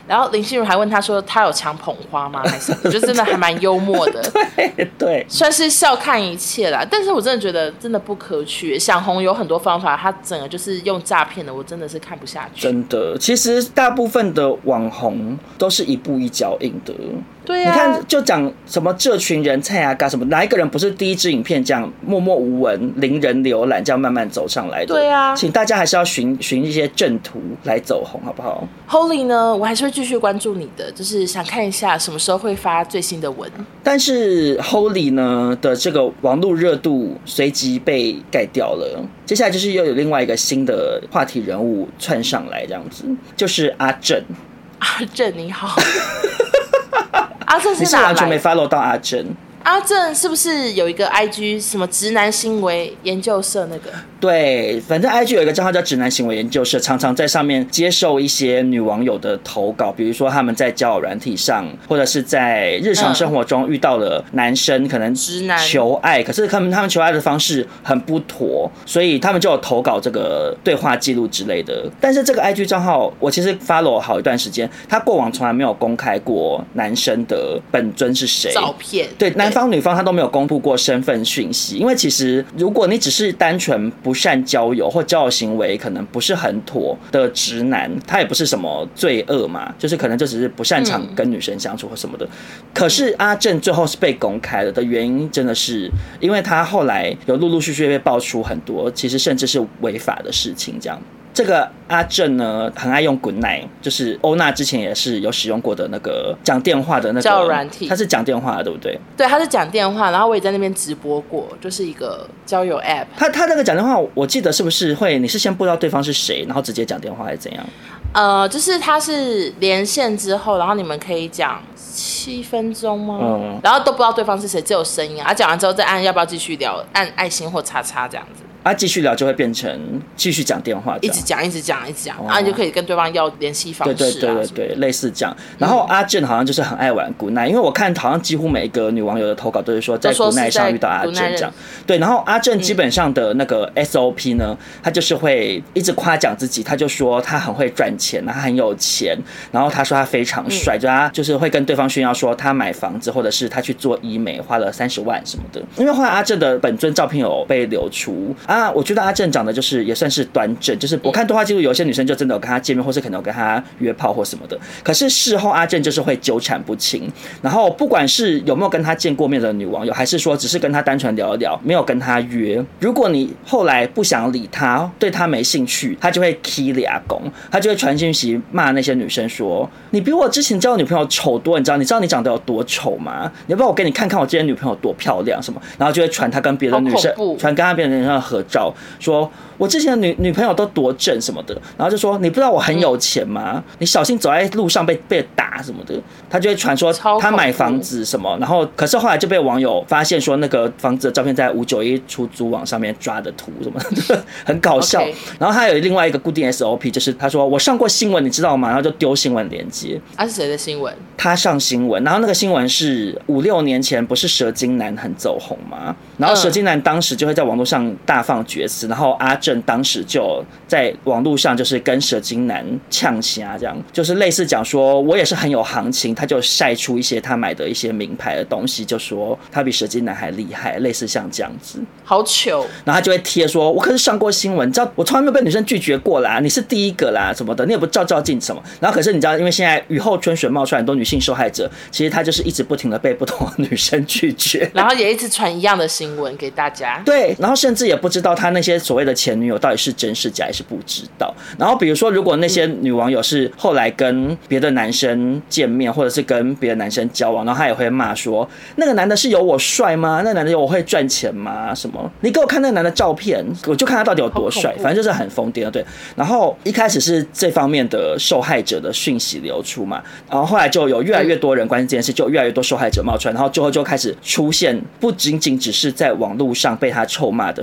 然后林心如还问他说他有抢捧花吗还是就真的还蛮幽默的对， 算是笑看一切啦。但是我真的觉得真的不可取，想红有很多方法，他整个就是用诈骗的，我真的是看不下去。 真的，其实大部分的网红都是一步一脚印的。 对啊， 你看，就讲什么这群人蔡阿嘎什么，哪一个人不是第一支影片这样默默无闻、零人浏览这样慢慢走上来的？ 对啊， 请大家还是要寻一些正途来走红，好不好 ？Holy 呢，我还是会继续关注你的，就是想看一下什么时候会发最新的文。 但是 Holy 呢的这个网络热度随即被盖掉了，接下来就是又有另外一个新的话题人物窜上来，这样子就是阿正。 阿正你好。阿正是哪来的？ 你是完全没 follow 到阿正？ 阿正是不是有一个 IG 什么直男行为研究社那个？ 对，反正 IG 有一个账号叫直男行为研究社，常常在上面接受一些女网友的投稿，比如说他们在交友软体上，或者是在日常生活中遇到了男生可能求爱，可是他们求爱的方式很不妥，所以他们就有投稿这个对话记录之类的。但是这个 IG 账号我其实 follow 好一段时间，他过往从来没有公开过男生的本尊是谁， 照片， 对，男方女方他都没有公布过身份讯息，因为其实如果你只是单纯不善交友或交友行为可能不是很妥的直男，他也不是什么罪恶嘛，就是可能就只是不擅长跟女生相处或什么的。可是阿正最后是被公开了的原因，真的是因为他后来有陆陆续续被爆出很多，其实甚至是违法的事情这样。这个阿正呢，很爱用 Good Night， 就是欧娜之前也是有使用过的那个讲电话的那个交友软体， 他是讲电话的，对不对？ 对，他是讲电话，然后我也在那边直播过，就是一个交友 App。 他那个讲电话，我记得是不是会你是先不知道对方是谁，然后直接讲电话还是怎样？ 就是他是连线之后，然后你们可以讲7分钟吗？然后都不知道对方是谁，只有声音啊。讲完之后再按要不要继续聊，按爱心或叉叉这样子。 继续聊就会变成继续讲电话， 一直讲，然后你就可以跟对方要联系方式对，类似这样。然后阿正好像就是很爱玩 Good Night， 因为我看好像几乎每一个女网友的投稿都是说在 Good Night 上遇到阿正这样。对，然后阿正基本上的那个 SOP 呢，他就是会一直夸奖自己，他就说他很会赚钱，他很有钱，然后他说他非常帅，就他就是会跟对方炫耀说他买房子或者是他去做医美花了30万什么的。因为后来阿正的本尊照片有被流出。我觉得阿正长得就是也算是端正，就是我看对话记录，有些女生就真的有跟他见面，或是可能有跟他约炮或什么的。可是事后阿正就是会纠缠不清，然后不管是有没有跟他见过面的女网友，还是说只是跟他单纯聊一聊，没有跟他约，如果你后来不想理他，对他没兴趣，他就会起俩公，他就会传讯息骂那些女生说：“你比我之前交的女朋友丑多，你知道你长得有多丑吗？你要不要我给你看看我之前女朋友多漂亮什么？”然后就会传他跟别的女生，传跟他别的女生的合照。说我之前的女朋友都多正什么的，然后就说你不知道我很有钱吗？你小心走在路上被打什么的。他就会传说他买房子什么，然后可是后来就被网友发现说那个房子的照片在591出租网上面抓的图什么的，很搞笑。然后他有另外一个固定 SOP， 就是他说我上过新闻，你知道吗？然后就丢新闻连结。 是谁的新闻？ 他上新闻，然后那个新闻是5-6年前不是蛇精男很走红吗？然后蛇精男当时就会在网络上大放厥词，然后阿正当时就在网络上就是跟蛇精男呛虾，这样就是类似讲说我也是很有行情，他就晒出一些他买的一些名牌的东西，就说他比蛇精男还厉害，类似像这样子。 好糗。 然后他就会贴说我可是上过新闻，你知道我从来没有被女生拒绝过啦，你是第一个啦什么的，你也不照镜什么。然后可是你知道因为现在雨后春笋冒出来很多女性受害者，其实他就是一直不停的被不同的女生拒绝， 然后也一直传一样的新闻给大家。 对，然后甚至也不知道他那些所谓的前女友到底是真是假还是不知道。然后比如说如果那些女网友是后来跟别的男生见面，或者是跟别的男生交往，然后他也会骂说那个男的是有我帅吗？那个男的有我会赚钱吗？什么你给我看那个男的照片，我就看他到底有多帅，反正就是很疯癫的。对，然后一开始是这方面的受害者的讯息流出嘛，然后后来就有越来越多人关心这件事，就越来越多受害者冒出来，然后最后就开始出现不仅仅只是在网络上被他臭骂的受害者，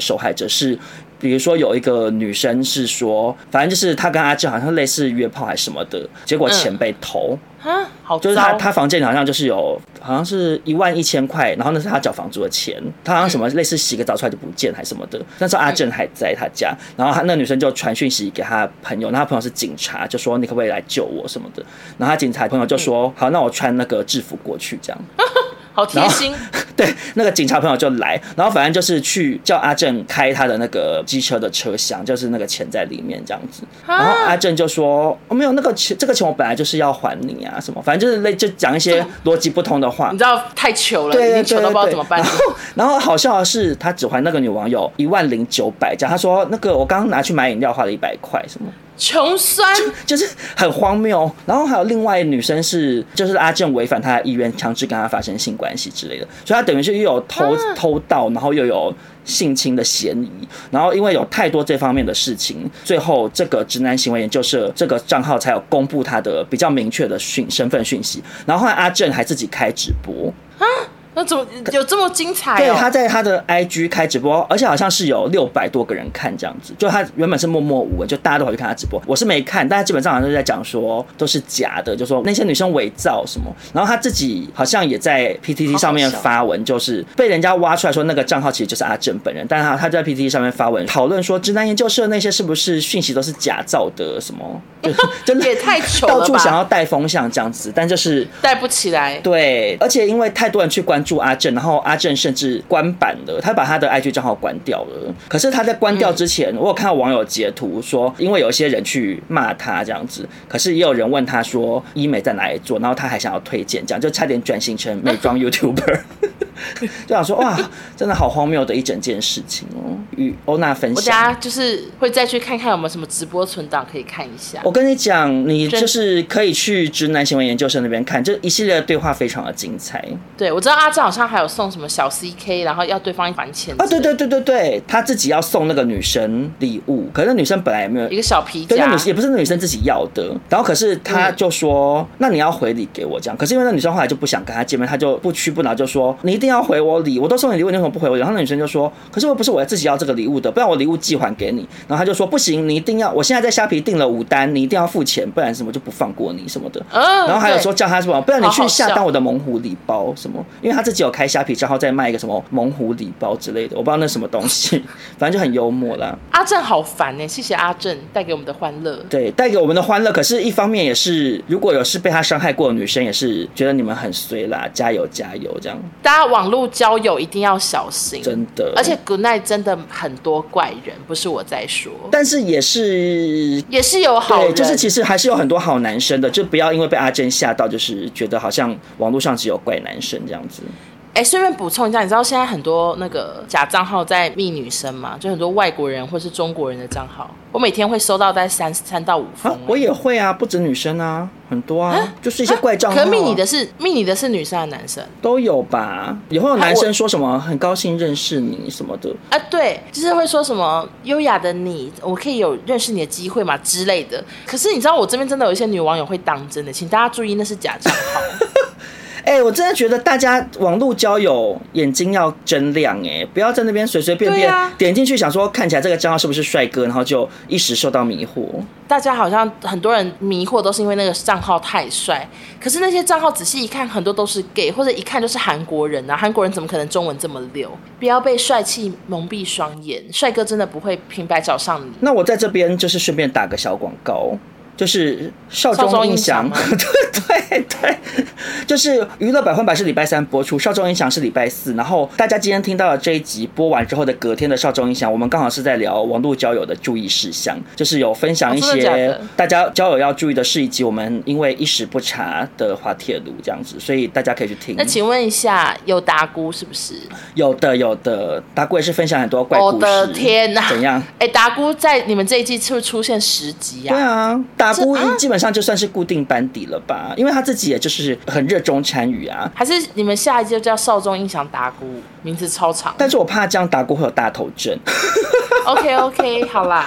者是比如说有一个女生是说，反正就是她跟阿正好像类似约炮还是什么的，结果钱被偷。 好糟， 就是她房间里好像就是有，好像是11000块，然后那是她缴房租的钱，她好像什么类似洗个澡出来就不见还是什么的。那时候阿正还在她家，然后那女生就传讯息给她朋友，然后她朋友是警察，就说你可不可以来救我什么的。然后她警察朋友就说好，那我穿那个制服过去这样。 好贴心。 对，那个警察朋友就来，然后反正就是去叫阿正开他的那个机车的车厢，就是那个钱在里面这样子。然后阿正就说：“没有那个钱，这个钱我本来就是要还你啊，什么，反正就讲一些逻辑不通的话。” 你知道太糗了， 对， 你糗都不知道怎么办。 然后好笑的是，他只还那个女网友10900，这样他说那个我刚刚拿去买饮料花了100块什么。 穷酸就是很荒谬。然后还有另外女生是，就是阿正违反他的意愿，强制跟他发生性关系之类的，所以他等于是又有偷盗，然后又有性侵的嫌疑。然后因为有太多这方面的事情，最后这个直男行为研究社这个账号才有公布他的比较明确的身份讯息。然后后来阿正还自己开直播。 那怎么有这么精彩？ 对，他在他的 IG 开直播，而且好像是有600多个人看这样子。就他原本是默默无闻，就大家都跑去看他直播。我是没看，但他基本上好像是在讲说都是假的，就说那些女生伪造什么。然后他自己好像也在 PTT 上面发文，就是被人家挖出来说那个账号其实就是阿正本人，但是他在 PTT 上面发文讨论说直男研究社那些是不是讯息都是假造的什么，真的也太糗了吧， 到处想要带风向这样子，但就是带不起来。 对，而且因为太多人去关注阿正，然后阿正甚至关版了，他把他的 IG 账号关掉了。可是他在关掉之前，我有看到网友截图说，因为有些人去骂他这样子，可是也有人问他说医美在哪里做，然后他还想要推荐，这样就差点转型成美妆 YouTuber。就想说哇，真的好荒谬的一整件事情哦。与欧娜分享， 我等下就是会再去看看有没有什么直播存档可以看一下。 我跟你讲，你就是可以去直男行为研究生那边看，就一系列的对话非常的精彩。 对，我知道阿正好像还有送什么小 CK， 然后要对方还钱。 对，他自己要送那个女生礼物，可是那女生本来也没有一个小皮夹， 对，也不是那女生自己要的。然后可是他就说，那你要回礼给我这样。可是因为那女生后来就不想跟他见面，他就不屈不挠，就说你一定要回我礼，我都送你礼物，你为什么不回我礼？然后那女生就说，可是我不是我自己要这个礼物的，不然我礼物寄还给你。然后他就说不行，你一定要，我现在在虾皮订了5单，你一定要付钱，不然什么就不放过你什么的。然后还有说叫他什么，不然你去下单我的猛虎礼包什么，因为他自己有开虾皮账号在卖一个什么猛虎礼包之类的，我不知道那什么东西，反正就很幽默啦。 阿正好烦耶，谢谢阿正带给我们的欢乐。 对，带给我们的欢乐，可是一方面也是，如果有是被他伤害过的女生，也是觉得你们很衰啦，加油加油这样。 大家网络交友一定要小心， 真的。 而且 Good Night 真的很多怪人，不是我在说， 但是也是有好人，对，就是其实还是有很多好男生的，就不要因为被阿珍吓到，就是觉得好像网络上只有怪男生这样子。 顺便补充一下，你知道现在很多那个假账号在密女生嘛？就很多外国人或是中国人的账号，我每天会收到大概3到5封。 我也会啊，不止女生啊，很多啊，就是一些怪账号。 可密你的是女生还是男生？ 都有吧，也会有男生说什么很高兴认识你什么的啊，对，就是会说什么优雅的你，我可以有认识你的机会嘛之类的。可是你知道我这边真的有一些女网友会当真的，请大家注意，那是假账号。 我真的觉得大家网络交友眼睛要睁亮不要在那边随随便便点进去想说看起来这个账号是不是帅哥，然后就一时受到迷惑。 大家好像很多人迷惑都是因为那个账号太帅，可是那些账号仔细一看很多都是 gay， 或者一看就是韩国人啊，韩国人怎么可能中文这么溜？不要被帅气蒙蔽双眼，帅哥真的不会平白找上你。 那我在这边就是顺便打个小广告，就是少中印象，对，就是娱乐百分百是礼拜3播出，少中印象是礼拜4。然后大家今天听到的这一集播完之后的隔天的少中印象，我们刚好是在聊网络交友的注意事项，就是有分享一些大家交友要注意的事，以及我们因为一时不察的滑铁卢这样子，所以大家可以去听。 那请问一下，有达姑是不是？ 有的，达姑也是分享很多怪故事。我的天哪！ 怎样？ 达姑在你们这一季是不是出现10集啊？ 对啊，达姑基本上就算是固定班底了吧，因为他自己也就是很热衷参与啊。 还是你们下一季就叫少中印象达姑，名字超长。 但是我怕这样达姑会有大头症。 OK， 好啦。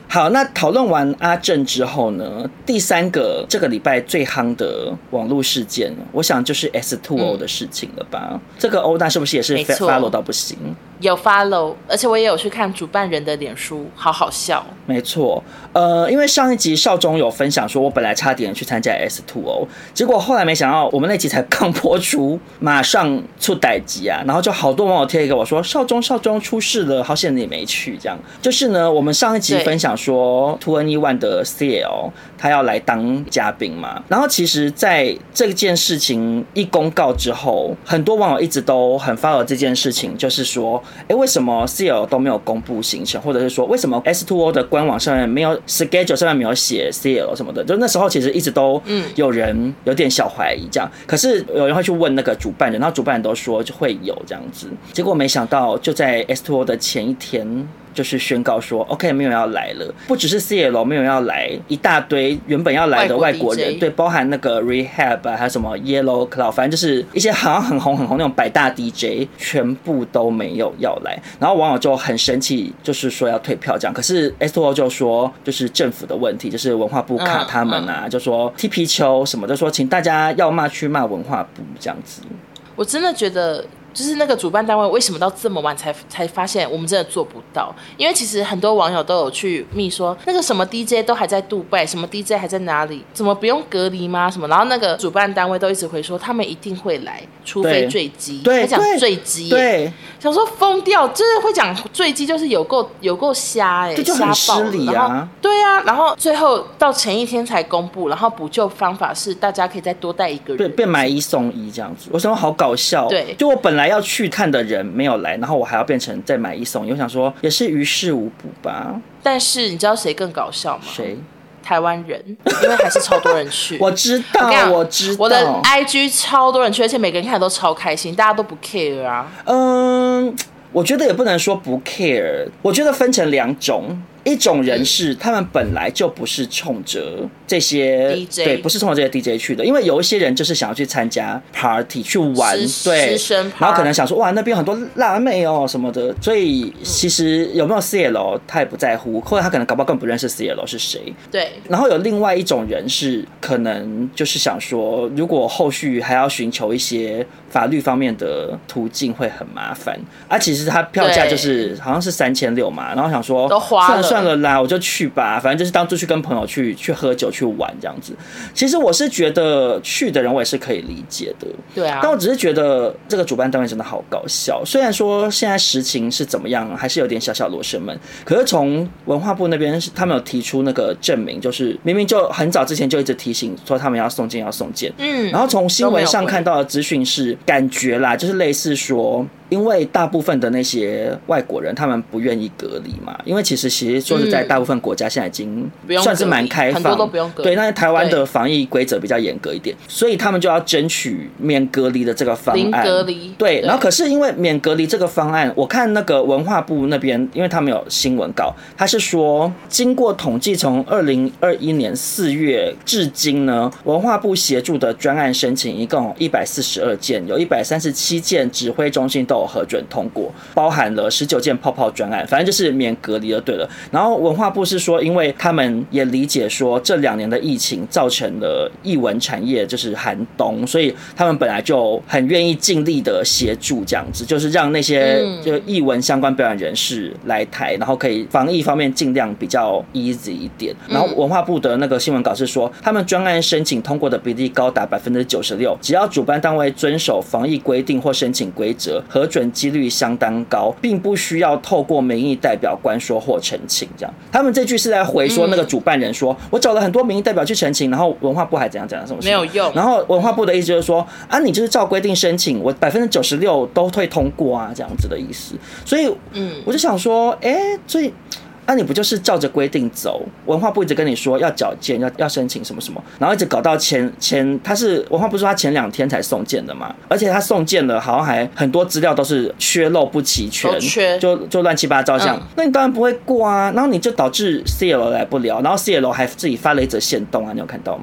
好，那讨论完阿正之后呢，第3个这个礼拜最夯的网络事件，我想就是 S2O 的事情了吧？这个欧娜是不是也是 follow 到不行？ 有 follow， 而且我也有去看主办人的脸书，好好笑。 没错，因为上一集少中有分享说，我本来差点去参加 S2O， 结果后来没想到我们那集才刚播出，马上出代集啊，然后就好多网友贴给我说，少中出事了，好险你没去。这样就是呢，我们上一集分享说 2NE1 的 CL 他要来当嘉宾嘛，然后其实在这件事情一公告之后，很多网友一直都很 follow 这件事情，就是说为什么 CL 都没有公布行程，或者是说为什么 S2O 的官网上面没有 schedule 上面没有写 CL 什么的，就那时候其实一直都有人有点小怀疑这样，可是有人会去问那个主办人，然后主办人都说就会有这样子，结果没想到就在 S2O 的前一天就是宣告说 OK 没有要来了，不只是 CL 没有要来，一大堆原本要来的外国人，对，包含那个 Rehab 还有什么 Yellow Cloud， 反正就是一些好像很红那种百大 DJ 全部都没有要来，然后网友就很生气，就是说要退票这样，可是 S2O 就说就是政府的问题，就是文化部卡他们啊，就说踢皮球什么的，说请大家要骂去骂文化部这样子。 我真的觉得就是那个主办单位为什么到这么晚才发现我们真的做不到？因为其实很多网友都有去密说，那个什么 DJ 都还在杜拜，什么 DJ 还在哪里，怎么不用隔离吗？什么？然后那个主办单位都一直回说他们一定会来，除非坠机。 对， 他讲坠机， 对， 想说疯掉，就是会讲坠机，就是有够瞎这就很失礼啊。 对啊，然后最后到前一天才公布，然后补救方法是大家可以再多带一个人， 对，变买1送1这样子。我想好搞笑， 对， 就我本来要去看的人没有来，然后我还要变成再买1送1，我想说也是于事无补吧。 但是你知道谁更搞笑吗？ 谁？ 台湾人，因为还是超多人去。 我知道，我知道， 我的 IG 超多人去，而且每个人看的都超开心，大家都不 care 啊。 我觉得也不能说不 care， 我觉得分成2种。一种人是他们本来就不是冲着这些 DJ， 对，不是冲着这些 DJ 去的，因为有一些人就是想要去参加 party 去玩，对，然后可能想说哇那边很多辣妹哦什么的，所以其实有没有 CL 他也不在乎，或者他可能搞不好更不认识 CL 是谁。 对， 然后有另外一种人是可能就是想说，如果后续还要寻求一些法律方面的途径会很麻烦啊，其实他票价就是好像是3600嘛，然后想说都花了。 算了啦，我就去吧，反正就是当初去跟朋友去喝酒去玩这样子。其实我是觉得去的人我也是可以理解的， 对啊。 但我只是觉得这个主办单位真的好搞笑。虽然说现在实情是怎么样，还是有点小罗生门，可是从文化部那边他们有提出那个证明，就是明明就很早之前就一直提醒说他们要送件，然后从新闻上看到的资讯是感觉啦，就是类似说。因为大部分的那些外国人，他们不愿意隔离嘛。因为其实说实在，大部分国家现在已经算是蛮开放， 很多都不用隔离。 对，那台湾的防疫规则比较严格一点，所以他们就要争取免隔离的这个方案。 零隔离。 对，然后可是因为免隔离这个方案，我看那个文化部那边，因为他们有新闻稿，他是说经过统计，从2021年4月至今呢，文化部协助的专案申请一共142件，有137件指挥中心都核准通过，包含了19件泡泡专案，反正就是免隔离就对了。然后文化部是说，因为他们也理解说这2年的疫情造成了艺文产业就是寒冬，所以他们本来就很愿意尽力的协助这样子，就是让那些就艺文相关表演人士来台，然后可以防疫方面尽量比较 easy 一点。然后文化部的那个新闻稿是说，他们专案申请通过的比例高达96%，只要主办单位遵守防疫规定或申请规则，核准几率相当高，并不需要透过民意代表关说或澄清。这样，他们这句是在回说那个主办人说，我找了很多民意代表去澄清，然后文化部还怎样什么没有用。 然后文化部的意思就是说，啊，你就是照规定申请，我96%都会通过啊，这样子的意思。所以，我就想说，所以。那你不就是照着规定走？文化部一直跟你说要缴件，要申请什么什么，然后一直搞到他是文化部说他前2天才送件的嘛，而且他送件了，好像还很多资料都是缺漏不齐全，就乱七八糟这样。那你当然不会过啊，然后你就导致 CL 来不了，然后 CL 还自己发了一则限动啊，你有看到吗？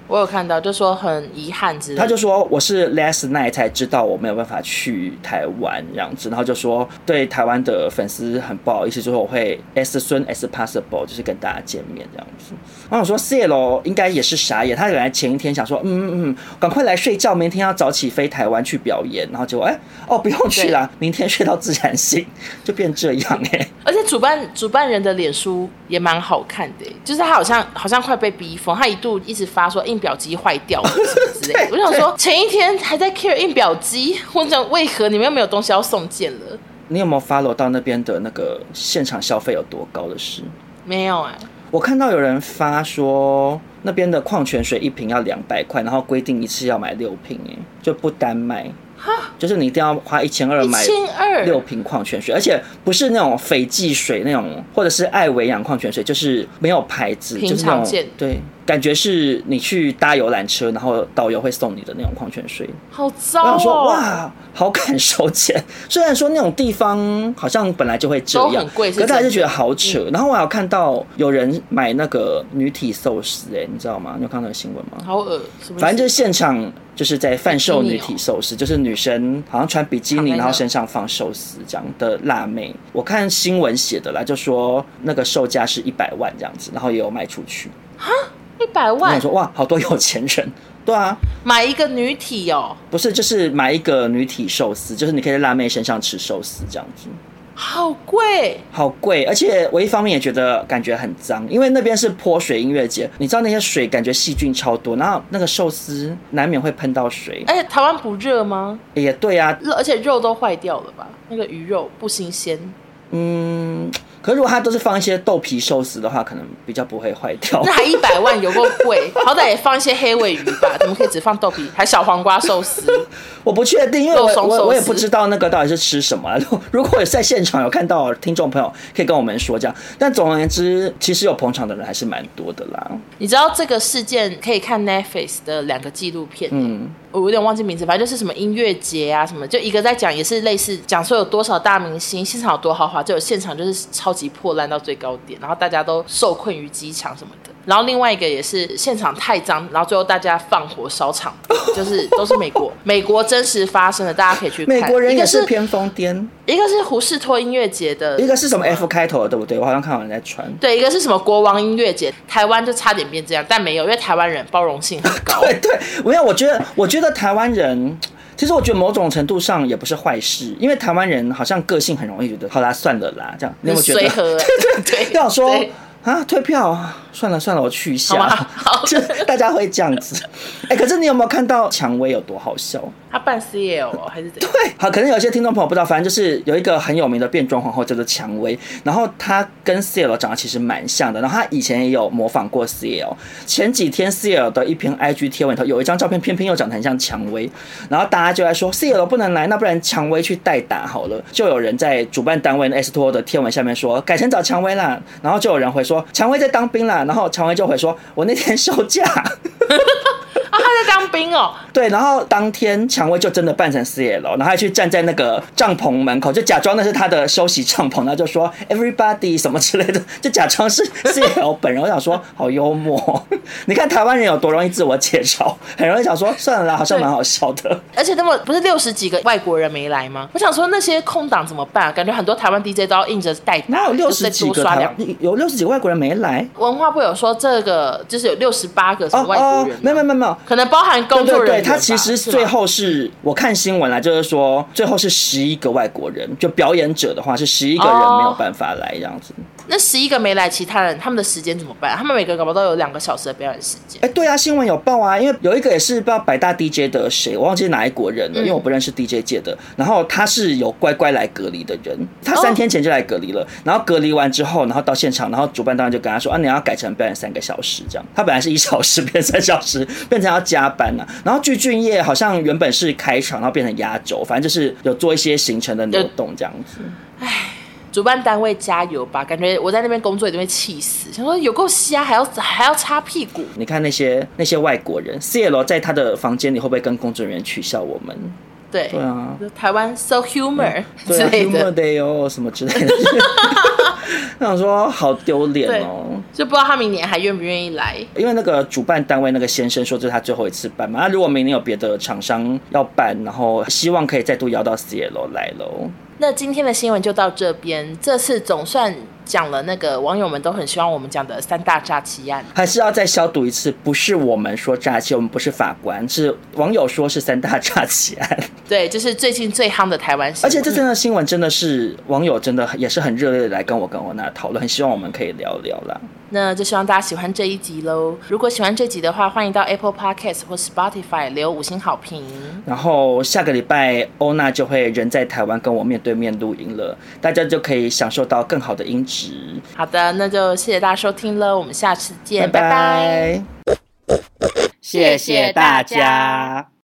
我有看到，就说很遗憾之类的。 他就说我是 last night 才知道我没有办法去台湾这样子，然后就说对台湾的粉丝很不好意思，就是我会 as soon as possible 就是跟大家见面这样子。然后我说 CL 应该也是傻眼，他本来前一天想说赶快来睡觉，明天要早起飞台湾去表演，然后结果不用去啦，明天睡到自然醒，就变这样而且主办人的脸书也蛮好看的，就是他好像快被逼疯，他一度一直发说印表机坏掉了什么之类的。我想说前一天还在 care 印表机，我想为何你们又没有东西要送件了？ 你有没有 follow 到那边的那个现场消费有多高的事？ 没有我看到有人发说那边的矿泉水一瓶要200块，然后规定一次要买6瓶，就不单卖。就是你一定要花1200买6瓶矿泉水，而且不是那种斐济水那种，或者是爱维养矿泉水，就是没有牌子， 平常见， 就是那种对，感觉是你去搭游览车，然后导游会送你的那种矿泉水。 好糟我想说哇，好敢收钱。虽然说那种地方好像本来就会这样， 都很贵， 可是还是觉得好扯。然后我还有看到有人买那个女体寿司，你知道吗？你有看到那个新闻吗？ 好恶， 反正就是现场就是在贩售女体寿司，就是女生好像穿比基尼，然后身上放寿司这样的辣妹。我看新闻写的啦，就说那个售价是100万这样子，然后也有卖出去。 100万？ 我说哇，好多有钱人。对啊， 买一个女体不是，就是买一个女体寿司，就是你可以在辣妹身上吃寿司这样子。 好贵， 好贵，而且我一方面也觉得感觉很脏，因为那边是泼水音乐节，你知道那些水感觉细菌超多，然后那个寿司难免会喷到水。 而且台湾不热吗？ 也对啊， 而且肉都坏掉了吧？那个鱼肉不新鲜。 可是如果它都是放一些豆皮寿司的话，可能比较不会坏掉。 那还100万，有够贵，好歹也放一些黑尾鱼吧？怎么可以只放豆皮？还小黄瓜寿司？ 我不确定，因为我也不知道那个到底是吃什么。如果有在现场有看到听众朋友，可以跟我们说这样。但总而言之，其实有捧场的人还是蛮多的啦。 你知道这个事件可以看 Netflix 的2个纪录片，我有点忘记名字，反正就是什么音乐节啊什么，就一个在讲也是类似讲说有多少大明星，现场有多豪华，就有现场就是超级破烂到最高点，然后大家都受困于机场什么的。然后另外一个也是现场太脏，然后最后大家放火烧场，就是都是美国真实发生的，大家可以去看。 美国人也是偏疯癫， 一个是胡士托音乐节的，一个是什么 F 开头的，对不对？我好像看到人在传。 对，一个是什么国王音乐节，台湾就差点变这样，但没有，因为台湾人包容性很高。 对，没有，我觉得台湾人。其实我觉得某种程度上也不是坏事，因为台湾人好像个性很容易觉得好啦算了啦这样，你有没有觉得？ 随和， 对，要说啊退票算了，我去一下， 好就大家会这样子。可是你有没有看到蔷薇有多好笑？ 他扮 CL 还是怎样？ 对，好，可能有些听众朋友不知道，反正就是有一个很有名的变装皇后叫做蔷薇，然后她跟 CL 长得其实蛮像的，然后她以前也有模仿过 CL。前几天 CL 的一篇 IG 贴文里头有一张照片，偏偏又长得很像蔷薇，然后大家就在说 CL 不能来，那不然蔷薇去代打好了。就有人在主办单位 S2 的贴文下面说改成找蔷薇啦，然后就有人回说蔷薇在当兵啦，然后蔷薇就回说我那天休假。 他在当兵哦。 对，然后当天蔷薇就真的扮成 CL， 然后还去站在那个帐篷门口，就假装那是他的休息帐篷，然后就说 everybody 什么之类的，就假装是 CL 本人。我想说好幽默，你看台湾人有多容易自我解嘲，很容易想说算了啦，好像蛮好笑的。 而且那么不是60几个外国人没来吗？我想说那些空档怎么办？感觉很多台湾 DJ 都要硬着代打， 哪有60几个有60几个外国人没来？ 文化部有说这个就是有68个什么外国人， 没有， 可能包含工作人员。 对，他其实最后是我看新闻啦，就是说最后是11个外国人，就表演者的话是11个人没有办法来这样子。 那11个没来，其他人他们的时间怎么办？他们每个人搞不好都有2个小时的表演时间。 对啊，新闻有报啊，因为有一个也是不知道百大 DJ 的谁，我忘记哪一国人了，因为我不认识 DJ 界的。然后他是有乖乖来隔离的人，他3天前就来隔离了，然后隔离完之后，然后到现场，然后主办单位就跟他说你要改成表演3个小时这样。他本来是1小时变3小时，变成要加班啊。然后具俊晔好像原本是开场，然后变成压轴，反正就是有做一些行程的流动这样子。 主办单位加油吧！感觉我在那边工作一定会气死，想说有够瞎还要擦屁股。 你看那些外国人 ，CL 在他的房间里会不会跟工作人员取笑我们？ 对对啊， 台湾 so humor 之对啊类的， humor day 哦什么之类的。那想说好丢脸哦， 就不知道他明年还愿不愿意来。 因为那个主办单位那个先生说这是他最后一次办嘛，如果明年有别的厂商要办，然后希望可以再度邀到 Cielo 来咯。 那今天的新闻就到这边，这次总算讲了那个网友们都很希望我们讲的3大诈欺案， 还是要再消毒一次，不是我们说诈欺，我们不是法官，是网友说是3大诈欺案。 对，就是最近最夯的台湾新闻。 而且这真的新闻真的是网友真的也是很热烈的来跟我那讨论，很希望我们可以聊聊啦。 那就希望大家喜欢这一集咯。如果喜欢这集的话，欢迎到 Apple Podcast 或 Spotify 留5星好评。 然后下个礼拜欧娜就会人在台湾跟我面对面录音了，大家就可以享受到更好的音质。 好的，那就谢谢大家收听了，我们下次见， 拜拜拜。 谢谢大家。